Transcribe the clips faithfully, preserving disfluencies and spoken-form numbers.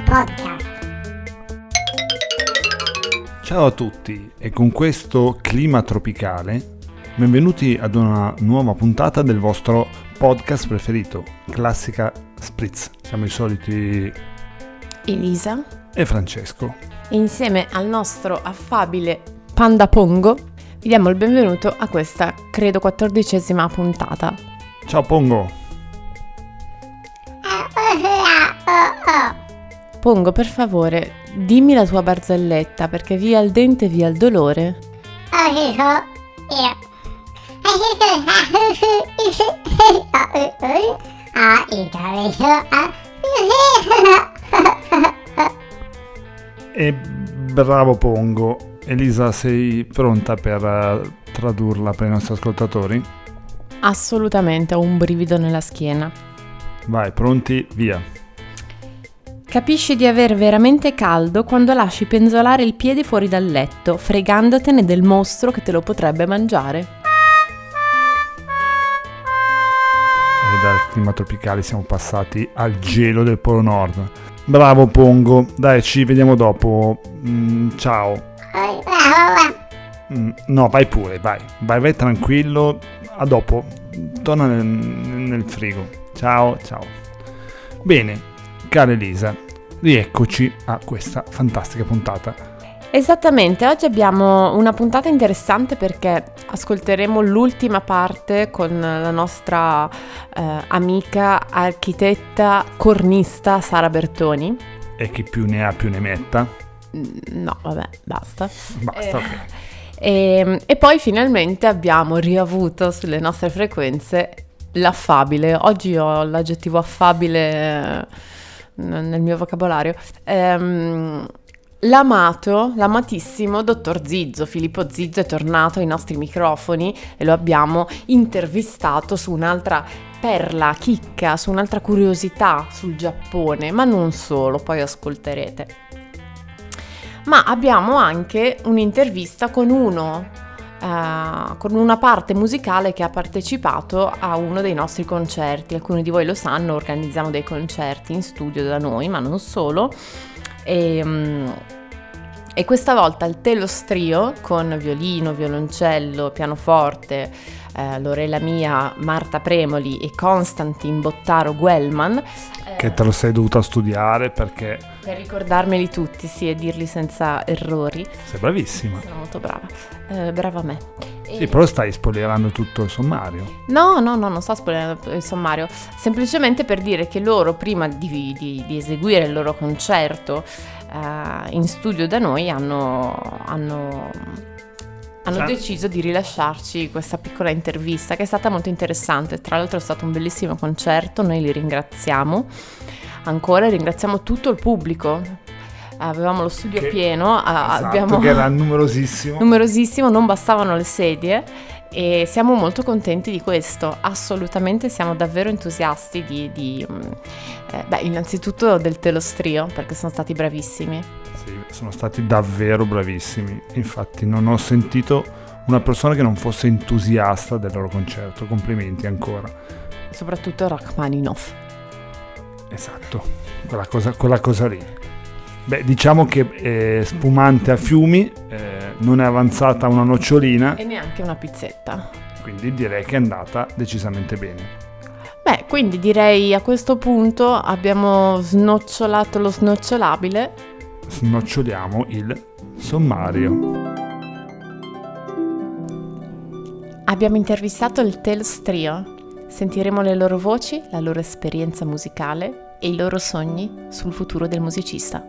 Podcast. Ciao a tutti e con questo clima tropicale benvenuti ad una nuova puntata del vostro podcast preferito, Classica Spritz. Siamo i soliti Elisa e Francesco. e insieme al nostro affabile Panda Pongo vi diamo il benvenuto a questa, credo, quattordicesima puntata. Ciao Pongo. Pongo, per favore, dimmi la tua barzelletta, perché via il dente via il dolore. E bravo Pongo. Elisa, sei pronta per uh, tradurla per i nostri ascoltatori? Assolutamente, ho un brivido nella schiena. Vai, pronti, via. Capisci di aver veramente caldo quando lasci penzolare il piede fuori dal letto, fregandotene del mostro che te lo potrebbe mangiare. E dal clima tropicale siamo passati al gelo del Polo Nord. Bravo Pongo, dai, ci vediamo dopo. Mm, ciao. Mm, no, vai pure, vai, vai, vai tranquillo. A dopo, torna nel, nel frigo. Ciao, ciao. Bene, cara Elisa, rieccoci a questa fantastica puntata. Esattamente, oggi abbiamo una puntata interessante perché ascolteremo l'ultima parte con la nostra eh, amica architetta cornista Sara Bertoni. E chi più ne ha più ne metta. No, vabbè, basta. Basta, Eh, ok. E, e poi finalmente abbiamo riavuto sulle nostre frequenze l'affabile. Oggi ho l'aggettivo affabile eh, nel mio vocabolario. Ehm, l'amato, l'amatissimo dottor Zizzo. Filippo Zizzo è tornato ai nostri microfoni e lo abbiamo intervistato su un'altra perla, chicca, su un'altra curiosità sul Giappone, ma non solo, poi ascolterete. Ma abbiamo anche un'intervista con uno, eh, con una parte musicale che ha partecipato a uno dei nostri concerti. Alcuni di voi lo sanno, organizziamo dei concerti in studio da noi, ma non solo. E, mm, e questa volta il Telos Trio con violino, violoncello, pianoforte, eh, Lorella Mia, Marta Premoli e Konstantin Bottaro Guellman. Che te lo sei dovuta studiare perché Per ricordarmeli tutti, sì, e dirli senza errori. sei bravissima. Sono molto brava. Eh, brava me. E- Sì, però stai spoilerando tutto il sommario. No, no, no, non sto spoilerando il sommario. Semplicemente per dire che loro, prima di, di- di eseguire il loro concerto eh, in studio da noi, hanno, hanno, hanno Sì. deciso di rilasciarci questa piccola intervista che è stata molto interessante. Tra l'altro è stato un bellissimo concerto, noi li ringraziamo. Ancora ringraziamo tutto il pubblico. Avevamo lo studio Che- pieno, a- Esatto, abbiamo che era numerosissimo. numerosissimo, non bastavano le sedie e siamo molto contenti di questo. Assolutamente siamo davvero entusiasti di, di mm, eh, beh, innanzitutto del Telos Trio, perché sono stati bravissimi. Sì, sono stati davvero bravissimi. Infatti non ho sentito una persona che non fosse entusiasta del loro concerto. Complimenti ancora. Soprattutto Rachmaninoff. Esatto, quella cosa, quella cosa lì. Beh, diciamo che eh, spumante a fiumi, eh, non è avanzata una nocciolina, E neanche una pizzetta. quindi direi che è andata decisamente bene. Beh, quindi direi a questo punto abbiamo snocciolato lo snocciolabile. Snoccioliamo il sommario. Abbiamo intervistato il Telos Trio. Sentiremo le loro voci, la loro esperienza musicale e i loro sogni sul futuro del musicista.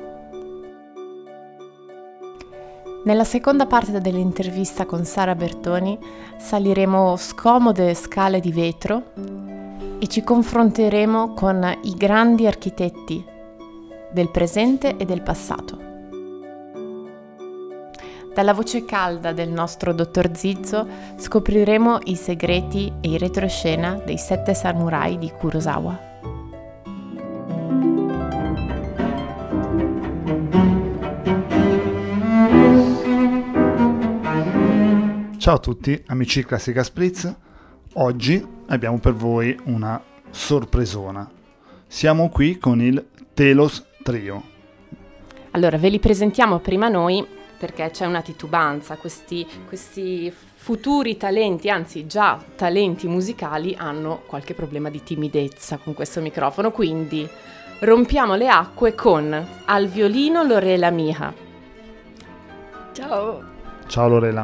Nella seconda parte dell'intervista con Sara Bertoni saliremo scomode scale di vetro e ci confronteremo con i grandi architetti del presente e del passato. Dalla voce calda del nostro dottor Zizzo scopriremo i segreti e i retroscena dei sette samurai di Kurosawa. Ciao a tutti amici di Classica Spritz, oggi abbiamo per voi una sorpresona. Siamo qui con il Telos trio. Allora, ve li presentiamo prima noi perché c'è una titubanza. Questi, questi futuri talenti, anzi già talenti musicali, hanno qualche problema di timidezza con questo microfono, quindi rompiamo le acque con al violino Lorela Mija. Ciao. Ciao Lorela.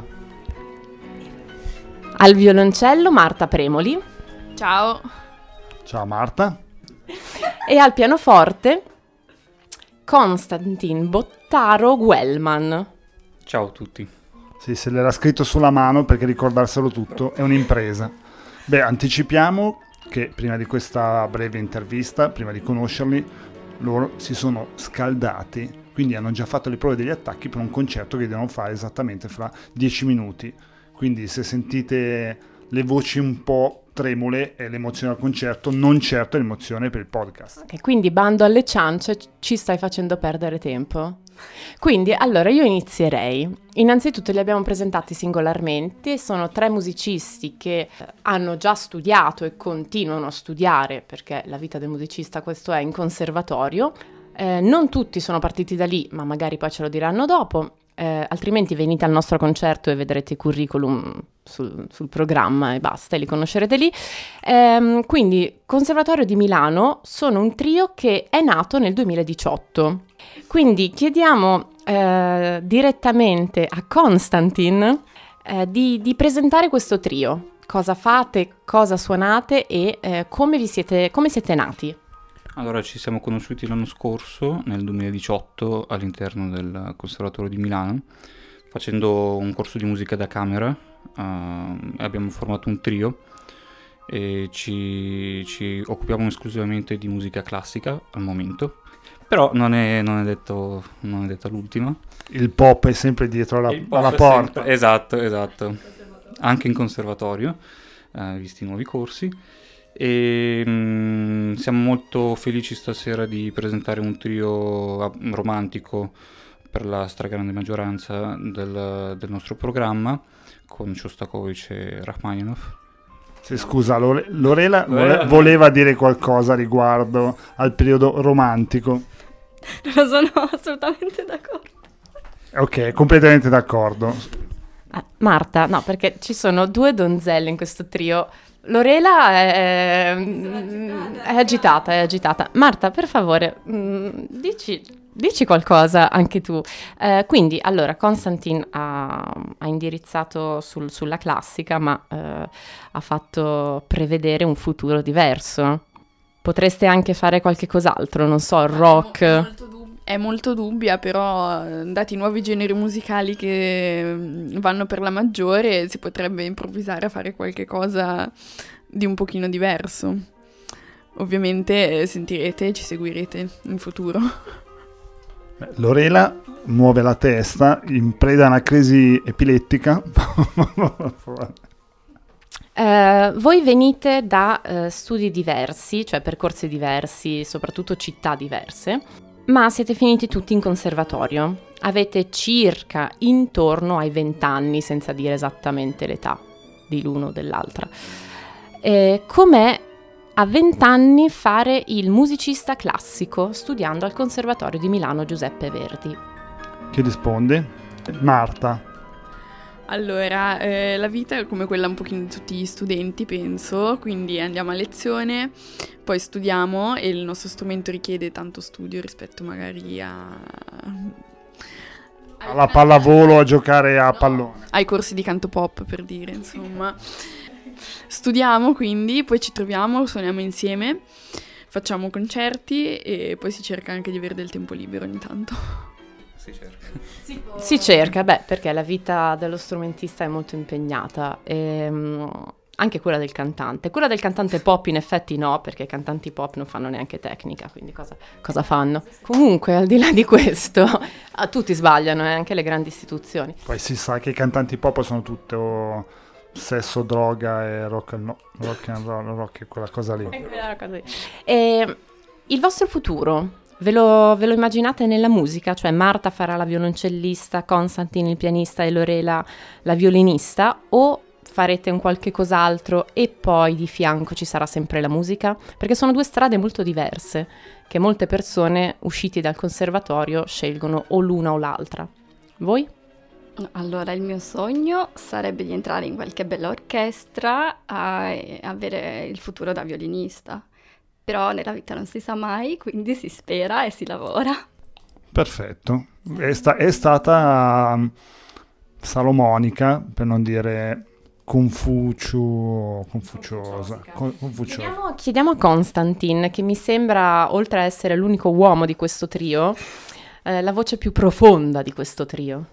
Al violoncello Marta Premoli. Ciao. Ciao Marta. E al pianoforte Konstantin Bottaro Guellman. Ciao a tutti. Sì, se l'era scritto sulla mano perché ricordarselo tutto è un'impresa. Beh, anticipiamo che prima di questa breve intervista, prima di conoscerli, loro si sono scaldati, quindi hanno già fatto le prove degli attacchi per un concerto che devono fare esattamente fra dieci minuti. Quindi se sentite le voci un po' tremule è l'emozione al concerto, non certo l'emozione per il podcast. Okay, quindi bando alle ciance, ci stai facendo perdere tempo. Quindi allora io inizierei. Innanzitutto li abbiamo presentati singolarmente, sono tre musicisti che hanno già studiato e continuano a studiare, perché la vita del musicista questo è, in conservatorio. Eh, non tutti sono partiti da lì, ma magari poi ce lo diranno dopo. Eh, altrimenti venite al nostro concerto e vedrete i curriculum sul, sul programma e basta, e li conoscerete lì. Eh, quindi Conservatorio di Milano sono un trio che è nato nel duemiladiciotto. Quindi chiediamo eh, direttamente a Konstantin eh, di, di presentare questo trio. Cosa fate, cosa suonate e eh, come vi siete, come siete nati? Allora, ci siamo conosciuti l'anno scorso, nel duemiladiciotto, all'interno del Conservatorio di Milano, facendo un corso di musica da camera. Uh, abbiamo formato un trio e ci, ci occupiamo esclusivamente di musica classica al momento. Però non è, non è detto non è detta l'ultima. Il pop è sempre dietro alla, alla porta. Sempre, esatto, esatto. Anche in conservatorio, uh, visti i nuovi corsi. E mh, siamo molto felici stasera di presentare un trio romantico per la stragrande maggioranza del, del nostro programma, con Shostakovich e Rachmaninoff. Sì, scusa, Lore- Lorela vole- voleva dire qualcosa riguardo al periodo romantico. Non sono assolutamente d'accordo. Ok, completamente d'accordo. Ah, Marta, no, perché ci sono due donzelle in questo trio. Lorela è, è agitata, è agitata. Marta, per favore, dici, dici qualcosa anche tu. Eh, quindi, allora, Konstantin ha, ha indirizzato sul, sulla classica, ma eh, ha fatto prevedere un futuro diverso. Potreste anche fare qualche cos'altro, non so, rock. È molto, dub- è molto dubbia, però dati i nuovi generi musicali che vanno per la maggiore, si potrebbe improvvisare a fare qualche cosa di un pochino diverso. Ovviamente sentirete e ci seguirete in futuro. Lorela muove la testa in preda a una crisi epilettica. Uh, voi venite da uh, studi diversi, cioè percorsi diversi, soprattutto città diverse, ma siete finiti tutti in conservatorio. Avete circa intorno ai vent'anni, senza dire esattamente l'età di l'uno o dell'altra. Eh, com'è a vent'anni fare il musicista classico studiando al Conservatorio di Milano Giuseppe Verdi? Chi risponde? Marta. Allora, eh, la vita è come quella un pochino di tutti gli studenti, penso, quindi andiamo a lezione, poi studiamo e il nostro strumento richiede tanto studio rispetto magari a... alla pallavolo, a giocare a pallone. Ai corsi di canto pop, per dire, insomma. Studiamo quindi, poi ci troviamo, suoniamo insieme, facciamo concerti e poi si cerca anche di avere del tempo libero ogni tanto. Si cerca. Si, si cerca, beh, perché la vita dello strumentista è molto impegnata, e, um, anche quella del cantante. Quella del cantante pop in effetti no, perché i cantanti pop non fanno neanche tecnica, quindi cosa, cosa fanno? Comunque, al di là di questo, ah, tutti sbagliano, eh, anche le grandi istituzioni. Poi si sa che i cantanti pop sono tutto sesso, droga e rock and, no, rock and roll, rock e quella cosa lì. E, il vostro futuro? Ve lo, ve lo immaginate nella musica? Cioè Marta farà la violoncellista, Konstantin il pianista e Lorela la violinista, o farete un qualche cos'altro e poi di fianco ci sarà sempre la musica? Perché sono due strade molto diverse che molte persone usciti dal conservatorio scelgono o l'una o l'altra. Voi? Allora, il mio sogno sarebbe di entrare in qualche bella orchestra e avere il futuro da violinista. Però nella vita non si sa mai, quindi si spera e si lavora. Perfetto. È, sta- è stata um, salomonica, per non dire Confucio, confuciosa. Con- confuciosa. Chiediamo, chiediamo a Konstantin, che mi sembra, oltre a essere l'unico uomo di questo trio, eh, la voce più profonda di questo trio.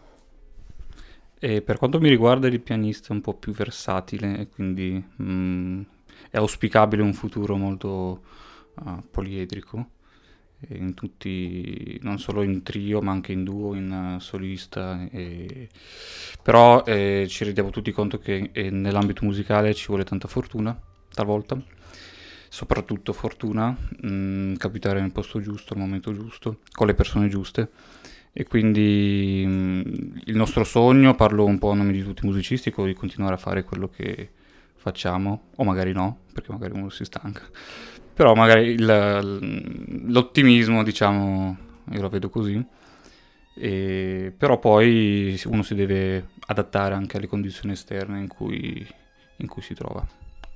E per quanto mi riguarda il pianista è un po' più versatile e quindi mh, è auspicabile un futuro molto uh, poliedrico in tutti, non solo in trio ma anche in duo, in uh, solista e... però eh, ci rendiamo tutti conto che eh, nell'ambito musicale ci vuole tanta fortuna talvolta, soprattutto fortuna, mh, capitare nel posto giusto al momento giusto con le persone giuste. E quindi mh, il nostro sogno, parlo un po' a nome di tutti i musicisti, è quello di continuare a fare quello che facciamo, o magari no, perché magari uno si stanca. Però magari il, l'ottimismo, diciamo, io lo vedo così. E, però poi uno si deve adattare anche alle condizioni esterne in cui, in cui si trova.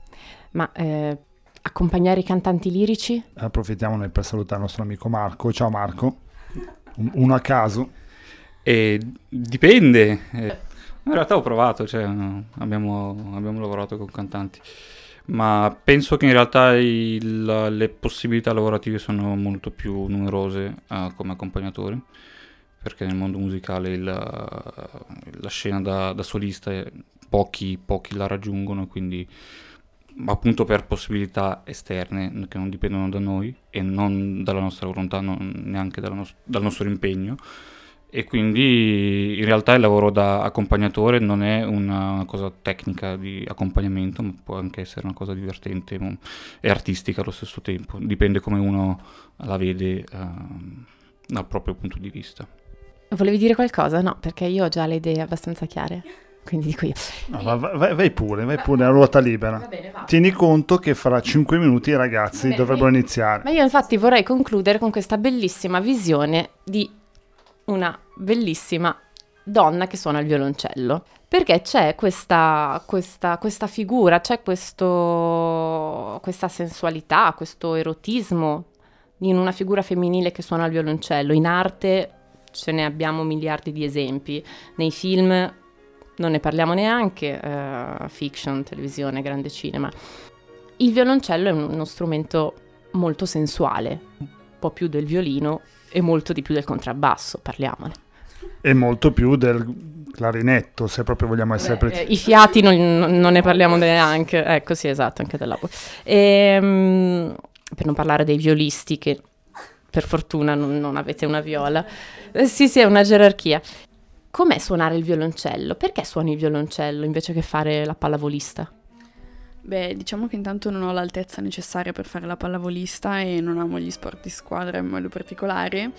Ma eh, accompagnare i cantanti lirici? Approfittiamone per salutare il nostro amico Marco. Ciao Marco. Uno a caso? E dipende. Eh, in realtà ho provato, cioè abbiamo, abbiamo lavorato con cantanti, ma penso che in realtà il, le possibilità lavorative sono molto più numerose uh, come accompagnatore, perché nel mondo musicale il, la scena da, da solista pochi, pochi la raggiungono, quindi appunto per possibilità esterne che non dipendono da noi e non dalla nostra volontà, non neanche dalla nos- dal nostro impegno, e quindi in realtà il lavoro da accompagnatore non è una cosa tecnica di accompagnamento, ma può anche essere una cosa divertente e artistica allo stesso tempo, dipende come uno la vede uh, dal proprio punto di vista. Volevi dire qualcosa? No, perché io ho già le idee abbastanza chiare. Quindi dico io. No, vai, vai pure, vai pure, a ruota libera. Va bene, va. Tieni conto che fra cinque minuti i ragazzi Bene, dovrebbero io, iniziare. Ma io infatti vorrei concludere con questa bellissima visione di una bellissima donna che suona il violoncello. Perché c'è questa, questa, questa figura, c'è questo, questa sensualità, questo erotismo in una figura femminile che suona il violoncello. In arte ce ne abbiamo miliardi di esempi. Nei film non ne parliamo neanche, uh, fiction, televisione, grande cinema. Il violoncello è un, uno strumento molto sensuale, un po' più del violino e molto di più del contrabbasso, parliamone. E molto più del clarinetto, se proprio vogliamo essere Beh, precisi. eh, I fiati non, non ne parliamo neanche, ecco sì, esatto, anche dell'acqua. E, um, per non parlare dei violisti che per fortuna non, non avete una viola. Eh, sì, sì, è una gerarchia. Com'è suonare il violoncello? Perché suoni il violoncello invece che fare la pallavolista? Beh, diciamo che intanto non ho l'altezza necessaria per fare la pallavolista e non amo gli sport di squadra in modo particolare.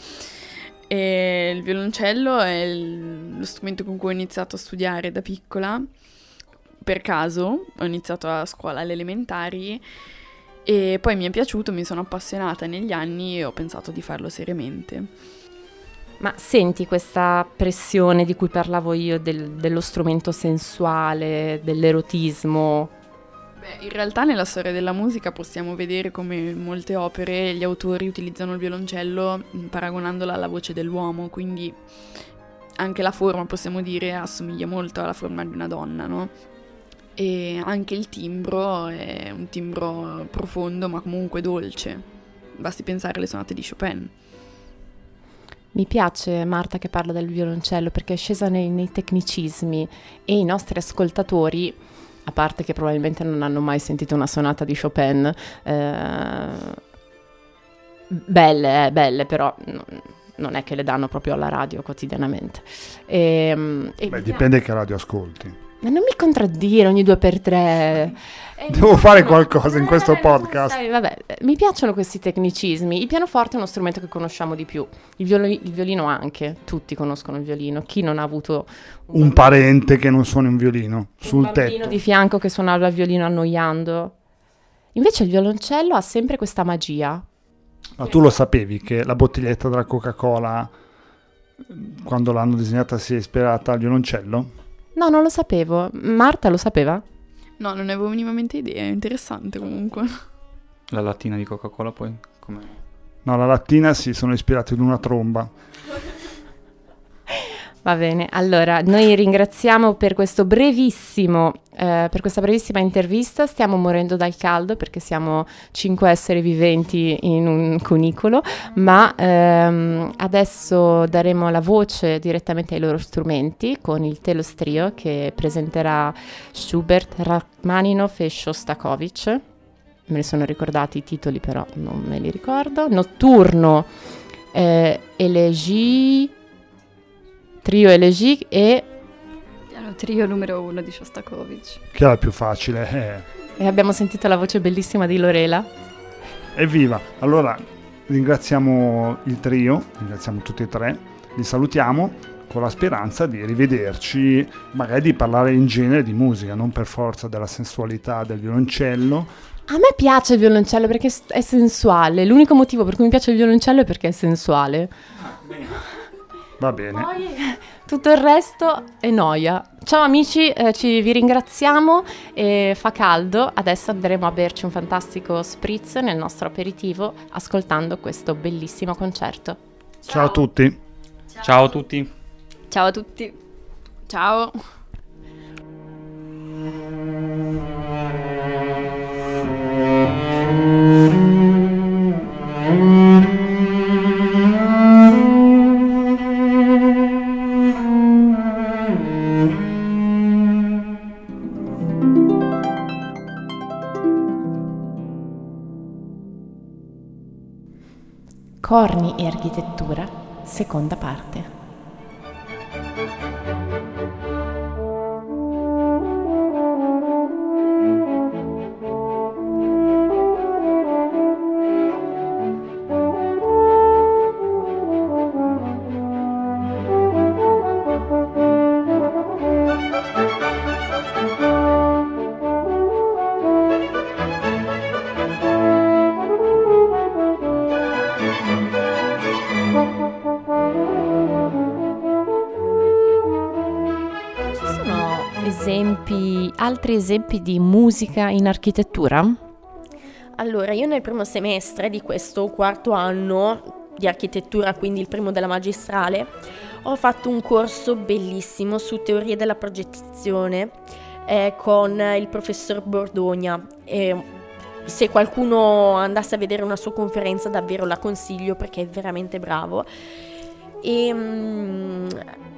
E il violoncello è il, lo strumento con cui ho iniziato a studiare da piccola. Per caso, ho iniziato a scuola alle elementari e poi mi è piaciuto, mi sono appassionata negli anni e ho pensato di farlo seriamente. Ma senti questa pressione di cui parlavo io, del, dello strumento sensuale, dell'erotismo? Beh, in realtà nella storia della musica possiamo vedere come in molte opere gli autori utilizzano il violoncello paragonandola alla voce dell'uomo, quindi anche la forma, possiamo dire, assomiglia molto alla forma di una donna, no? E anche il timbro è un timbro profondo ma comunque dolce, basti pensare alle sonate di Chopin. Mi piace Marta che parla del violoncello perché è scesa nei, nei tecnicismi e i nostri ascoltatori, a parte che probabilmente non hanno mai sentito una sonata di Chopin, eh, belle, eh, belle, però no, non è che le danno proprio alla radio quotidianamente. E, e Beh, dipende che radio ascolti. Ma non mi contraddire ogni due per tre. Devo fare qualcosa in questo podcast. Sai, vabbè, mi piacciono questi tecnicismi. Il pianoforte è uno strumento che conosciamo di più. Il, violi- il violino anche. Tutti conoscono il violino. Chi non ha avuto un, un parente che non suoni un violino un sul bambino tetto di fianco che suonava il violino annoiando? Invece il violoncello ha sempre questa magia. Ma tu lo sapevi che la bottiglietta della Coca-Cola, quando l'hanno disegnata, si è ispirata al violoncello? No, non lo sapevo. Marta lo sapeva? No, non ne avevo minimamente idea, è interessante comunque. La lattina di Coca-Cola poi? Com'è? No, la lattina si sono ispirati ad una tromba. Va bene, allora noi ringraziamo per questo brevissimo, eh, per questa brevissima intervista. Stiamo morendo dal caldo perché siamo cinque esseri viventi in un cunicolo, ma ehm, adesso daremo la voce direttamente ai loro strumenti con il Telos Trio che presenterà Schubert, Rachmaninoff e Shostakovich. Me ne sono ricordati i titoli, però non me li ricordo. Notturno, eh, Elegie... Trio Elegie e... Piano trio numero uno di Shostakovich. Che è la più facile. Eh. e abbiamo sentito la voce bellissima di Lorela. Evviva! Allora ringraziamo il trio, ringraziamo tutti e tre, li salutiamo con la speranza di rivederci, magari di parlare in genere di musica, non per forza della sensualità del violoncello. A me piace il violoncello perché è sensuale. L'unico motivo per cui mi piace il violoncello è perché è sensuale. Va bene. Poi tutto il resto è noia. Ciao amici, eh, ci, vi ringraziamo. E fa caldo. Adesso andremo a berci un fantastico spritz nel nostro aperitivo ascoltando questo bellissimo concerto. Ciao, Ciao a tutti. Ciao. Ciao a tutti. Ciao a tutti. Ciao. Corni e architettura, seconda parte. Altri esempi di musica in architettura? Allora, io nel primo semestre di questo quarto anno di architettura, quindi il primo della magistrale, ho fatto un corso bellissimo su teorie della progettazione eh, con il professor Bordogna. E se qualcuno andasse a vedere una sua conferenza, davvero la consiglio perché è veramente bravo. E... Mm,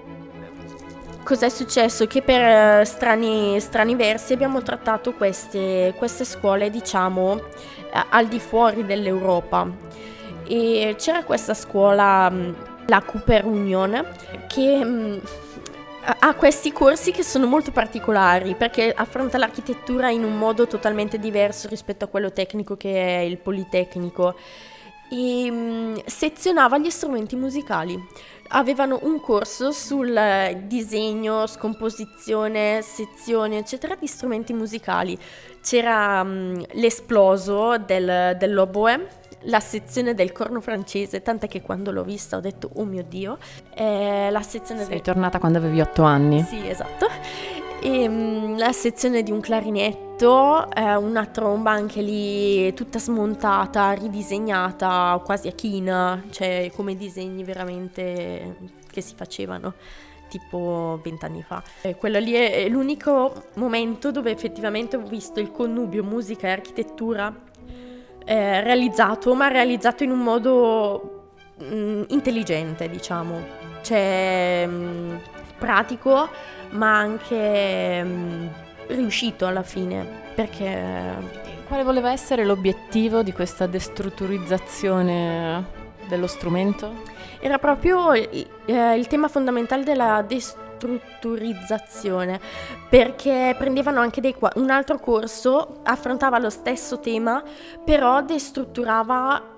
cos'è successo? Che per strani, strani versi abbiamo trattato queste, queste scuole, diciamo, al di fuori dell'Europa. E c'era questa scuola, la Cooper Union, che mh, ha questi corsi che sono molto particolari perché affronta l'architettura in un modo totalmente diverso rispetto a quello tecnico che è il Politecnico. E mh, sezionava gli strumenti musicali. Avevano un corso sul disegno, scomposizione, sezione, eccetera, di strumenti musicali. C'era um, l'esploso del, dell'oboe, la sezione del corno francese, tant'è che quando l'ho vista ho detto oh mio Dio, eh, la sezione Sei del... tornata quando avevi otto anni. Sì, esatto. E, um, la sezione di un clarinetto, eh, una tromba anche lì tutta smontata, ridisegnata quasi a china, cioè come disegni veramente che si facevano tipo vent'anni fa. E quello lì è l'unico momento dove effettivamente ho visto il connubio musica e architettura eh, realizzato, ma realizzato in un modo mh, intelligente, diciamo, cioè mh, pratico, ma anche mh, riuscito alla fine, perché... Quale voleva essere l'obiettivo di questa destrutturizzazione dello strumento? Era proprio il, eh, il tema fondamentale della destrutturizzazione, perché prendevano anche dei un altro corso, affrontava lo stesso tema, però destrutturava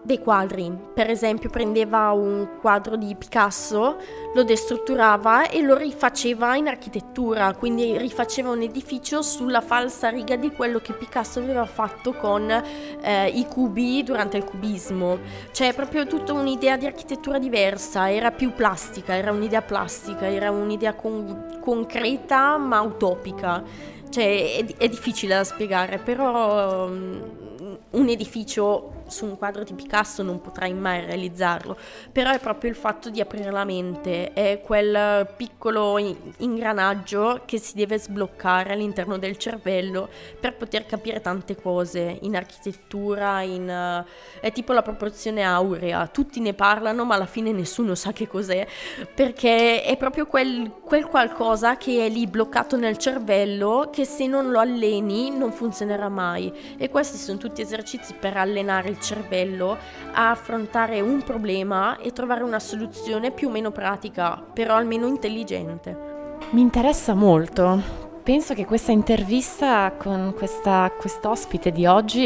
dei quadri. Per esempio prendeva un quadro di Picasso, lo destrutturava e lo rifaceva in architettura, quindi rifaceva un edificio sulla falsa riga di quello che Picasso aveva fatto con eh, i cubi durante il cubismo. C'è proprio tutta un'idea di architettura diversa, era più plastica, era un'idea plastica, era un'idea con- concreta ma utopica. Cioè è, è difficile da spiegare, però um, un edificio su un quadro di Picasso non potrai mai realizzarlo, però è proprio il fatto di aprire la mente, è quel piccolo ingranaggio che si deve sbloccare all'interno del cervello per poter capire tante cose in architettura, in, uh, è tipo la proporzione aurea, tutti ne parlano ma alla fine nessuno sa che cos'è, perché è proprio quel, quel qualcosa che è lì bloccato nel cervello che se non lo alleni non funzionerà mai, e questi sono tutti esercizi per allenare il cervello a affrontare un problema e trovare una soluzione più o meno pratica, però almeno intelligente. Mi interessa molto. Penso che questa intervista con questa quest'ospite di oggi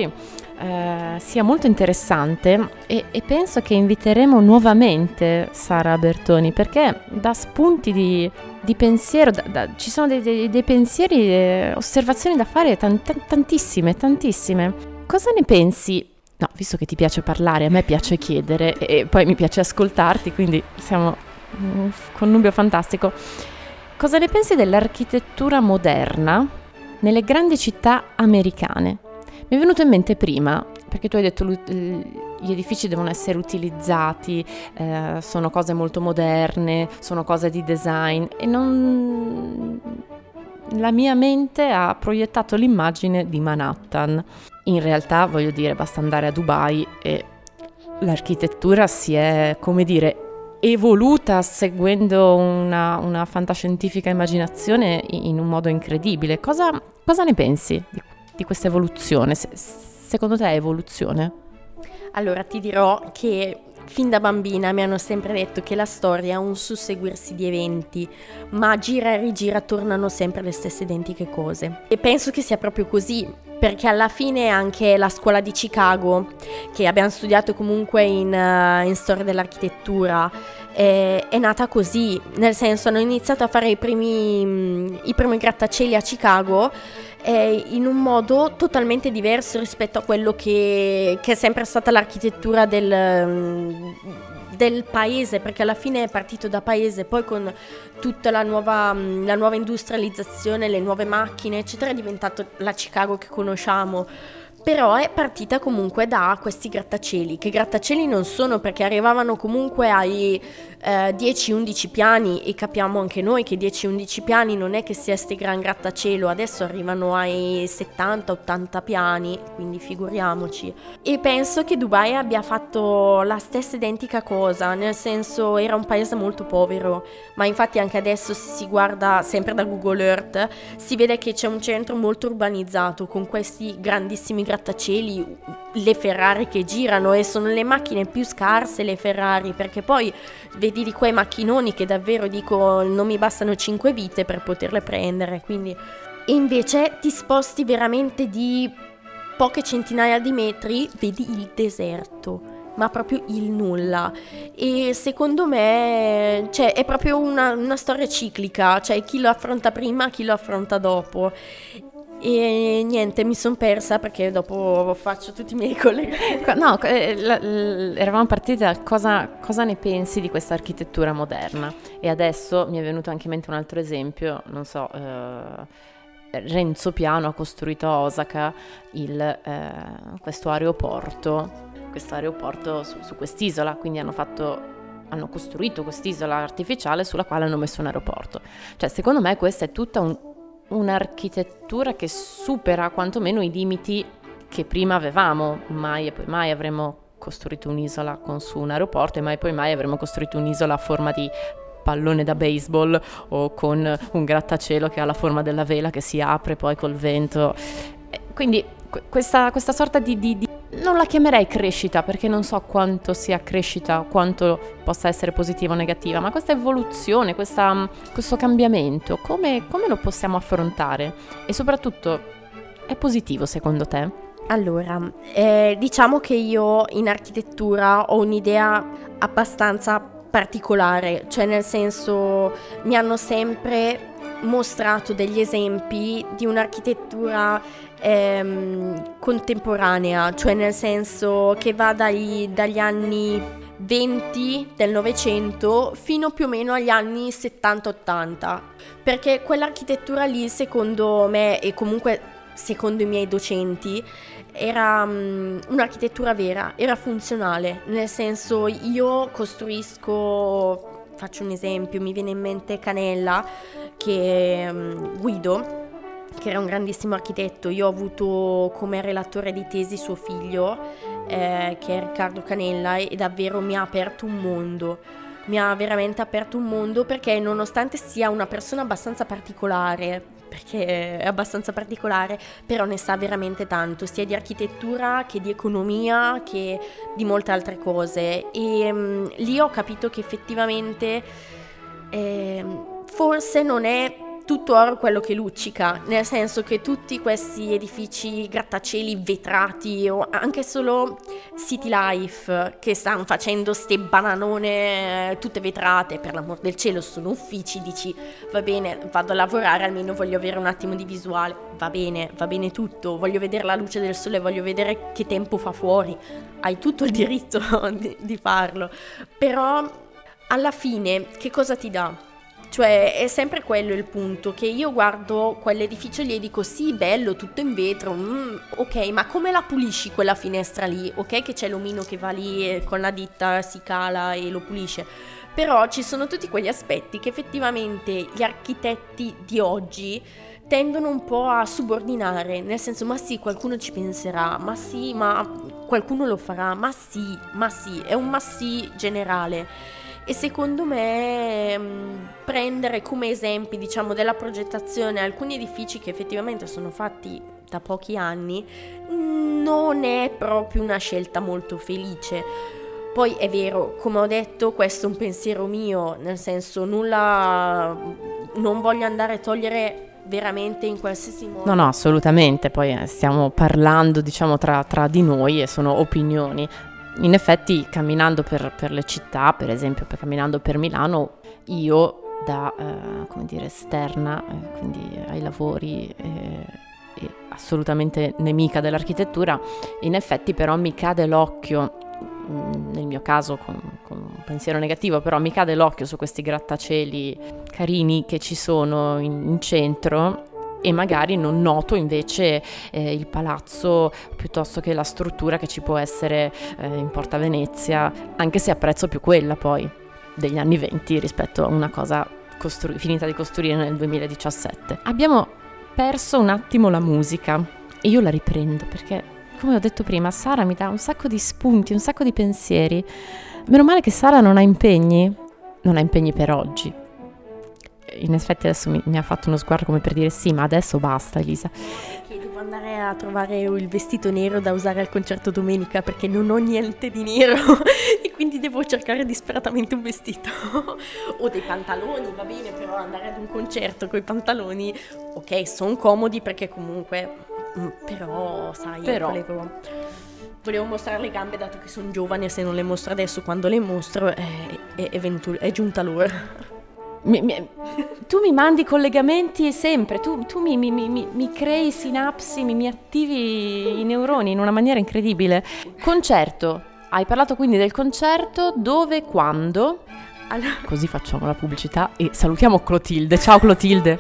eh, sia molto interessante e, e penso che inviteremo nuovamente Sara Bertoni, perché dà spunti di, di pensiero, da, da, ci sono dei, dei, dei pensieri, eh, osservazioni da fare tan, tan, tantissime, tantissime. Cosa ne pensi? No, visto che ti piace parlare, a me piace chiedere e poi mi piace ascoltarti, quindi siamo un connubio fantastico. Cosa ne pensi dell'architettura moderna nelle grandi città americane? Mi è venuto in mente prima, perché tu hai detto gli edifici devono essere utilizzati, eh, sono cose molto moderne, sono cose di design e non... La mia mente ha proiettato l'immagine di Manhattan. In realtà, voglio dire, basta andare a Dubai e l'architettura si è, come dire, evoluta seguendo una, una fantascientifica immaginazione in un modo incredibile. Cosa, cosa ne pensi di, di questa evoluzione? Se, secondo te è evoluzione? Allora, ti dirò che fin da bambina mi hanno sempre detto che la storia è un susseguirsi di eventi, ma gira e rigira tornano sempre le stesse identiche cose. E penso che sia proprio così, perché alla fine anche la scuola di Chicago, che abbiamo studiato comunque in, uh, in storia dell'architettura, è, è nata così, nel senso hanno iniziato a fare i primi, i primi grattacieli a Chicago eh, in un modo totalmente diverso rispetto a quello che, che è sempre stata l'architettura del... del paese, perché alla fine è partito da paese, poi con tutta la nuova, la nuova industrializzazione, le nuove macchine eccetera è diventato la Chicago che conosciamo, però è partita comunque da questi grattacieli, che grattacieli non sono, perché arrivavano comunque ai eh, dieci undici piani, e capiamo anche noi che dieci undici piani non è che sia ste gran grattacielo, adesso arrivano ai settanta ottanta piani, quindi figuriamoci. E penso che Dubai abbia fatto la stessa identica cosa, nel senso era un paese molto povero, ma infatti anche adesso se si guarda sempre da Google Earth si vede che c'è un centro molto urbanizzato con questi grandissimi grattacieli, le Ferrari che girano, e sono le macchine più scarse le Ferrari, perché poi vedi di quei macchinoni che davvero dico non mi bastano cinque vite per poterle prendere, quindi e invece ti sposti veramente di poche centinaia di metri, vedi il deserto, ma proprio il nulla. E secondo me cioè, è proprio una, una storia ciclica, cioè chi lo affronta prima, chi lo affronta dopo. E niente, mi sono persa perché dopo faccio tutti i miei collegamenti. No, eh, l- l- eravamo partiti da cosa, cosa ne pensi di questa architettura moderna, e adesso mi è venuto anche in mente un altro esempio, non so, eh, Renzo Piano ha costruito a Osaka il, eh, questo aeroporto, questo aeroporto su, su quest'isola, quindi hanno fatto... hanno costruito quest'isola artificiale sulla quale hanno messo un aeroporto. Cioè, secondo me questa è tutta un, un'architettura che supera quantomeno i limiti che prima avevamo. Mai e poi mai avremmo costruito un'isola con su un aeroporto, e mai e poi mai avremmo costruito un'isola a forma di pallone da baseball o con un grattacielo che ha la forma della vela che si apre poi col vento. Quindi questa, questa sorta di, di, di... non la chiamerei crescita, perché non so quanto sia crescita, quanto possa essere positiva o negativa, ma questa evoluzione, questa, questo cambiamento, come, come lo possiamo affrontare? E soprattutto, è positivo secondo te? Allora, eh, diciamo che io in architettura ho un'idea abbastanza particolare, cioè nel senso mi hanno sempre mostrato degli esempi di un'architettura ehm, contemporanea, cioè nel senso che va dagli, dagli anni venti del Novecento fino più o meno agli anni settanta ottanta, perché quell'architettura lì secondo me e comunque secondo i miei docenti era um, un'architettura vera, era funzionale, nel senso io costruisco, faccio un esempio, mi viene in mente Canella, che um, Guido, che era un grandissimo architetto. Io ho avuto come relatore di tesi suo figlio, eh, che è Riccardo Canella, e davvero mi ha aperto un mondo, mi ha veramente aperto un mondo, perché nonostante sia una persona abbastanza particolare, perché è abbastanza particolare, però ne sa veramente tanto, sia di architettura che di economia che di molte altre cose, e um, lì ho capito che effettivamente eh, forse non è tutto oro quello che luccica, nel senso che tutti questi edifici grattacieli vetrati o anche solo City Life che stanno facendo ste bananone tutte vetrate, per l'amor del cielo, sono uffici, dici va bene, vado a lavorare, almeno voglio avere un attimo di visuale, va bene, va bene tutto, voglio vedere la luce del sole, voglio vedere che tempo fa fuori, hai tutto il diritto di, di farlo, però alla fine che cosa ti dà? Cioè è sempre quello il punto, che io guardo quell'edificio lì e dico sì, bello, tutto in vetro, mm, ok, ma come la pulisci quella finestra lì? Ok che c'è l'omino che va lì e con la ditta si cala e lo pulisce, però ci sono tutti quegli aspetti che effettivamente gli architetti di oggi tendono un po' a subordinare, nel senso ma sì, qualcuno ci penserà, ma sì, ma qualcuno lo farà, ma sì, ma sì, è un ma sì generale. E secondo me mh, prendere come esempi, diciamo, della progettazione alcuni edifici che effettivamente sono fatti da pochi anni non è proprio una scelta molto felice. Poi è vero, come ho detto, questo è un pensiero mio, nel senso nulla, non voglio andare a togliere veramente in qualsiasi modo. No, no, assolutamente, poi eh, stiamo parlando, diciamo, tra, tra di noi e sono opinioni. In effetti, camminando per, per le città, per esempio, per, camminando per Milano, io da, eh, come dire, esterna, eh, quindi ai lavori, eh, e assolutamente nemica dell'architettura, in effetti però mi cade l'occhio, mh, nel mio caso con, con un pensiero negativo, però mi cade l'occhio su questi grattacieli carini che ci sono in, in centro, e magari non noto invece eh, il palazzo piuttosto che la struttura che ci può essere eh, in Porta Venezia, anche se apprezzo più quella poi degli anni venti rispetto a una cosa costru- finita di costruire nel duemiladiciassette. Abbiamo perso un attimo la musica e io la riprendo perché, come ho detto prima, Sara mi dà un sacco di spunti, un sacco di pensieri. Meno male che Sara non ha impegni, non ha impegni per oggi. In effetti adesso mi, mi ha fatto uno sguardo come per dire sì, ma adesso basta, Elisa. Che devo andare a trovare il vestito nero da usare al concerto domenica perché non ho niente di nero e quindi devo cercare disperatamente un vestito o dei pantaloni, va bene, però andare ad un concerto con i pantaloni, ok, sono comodi perché comunque, però sai, però. volevo... Volevo mostrare le gambe dato che sono giovane, se non le mostro adesso quando le mostro è, è, è, venuto, è giunta l'ora. Mi, mi, tu mi mandi collegamenti sempre, tu, tu mi, mi, mi, mi crei sinapsi, mi, mi attivi i neuroni in una maniera incredibile. Concerto, hai parlato quindi del concerto, dove, quando? Allora, così facciamo la pubblicità e salutiamo Clotilde. Ciao Clotilde.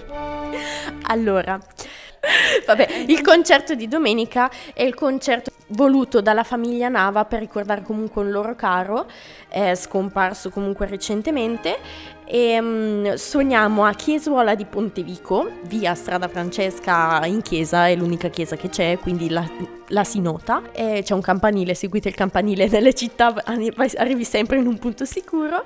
Allora, vabbè, il concerto di domenica è il concerto voluto dalla famiglia Nava per ricordare comunque un loro caro, è scomparso comunque recentemente, e um, suoniamo a Chiesuola di Pontevico, via Strada Francesca in chiesa, è l'unica chiesa che c'è, quindi la, la si nota, e c'è un campanile, seguite il campanile nelle città, arrivi sempre in un punto sicuro,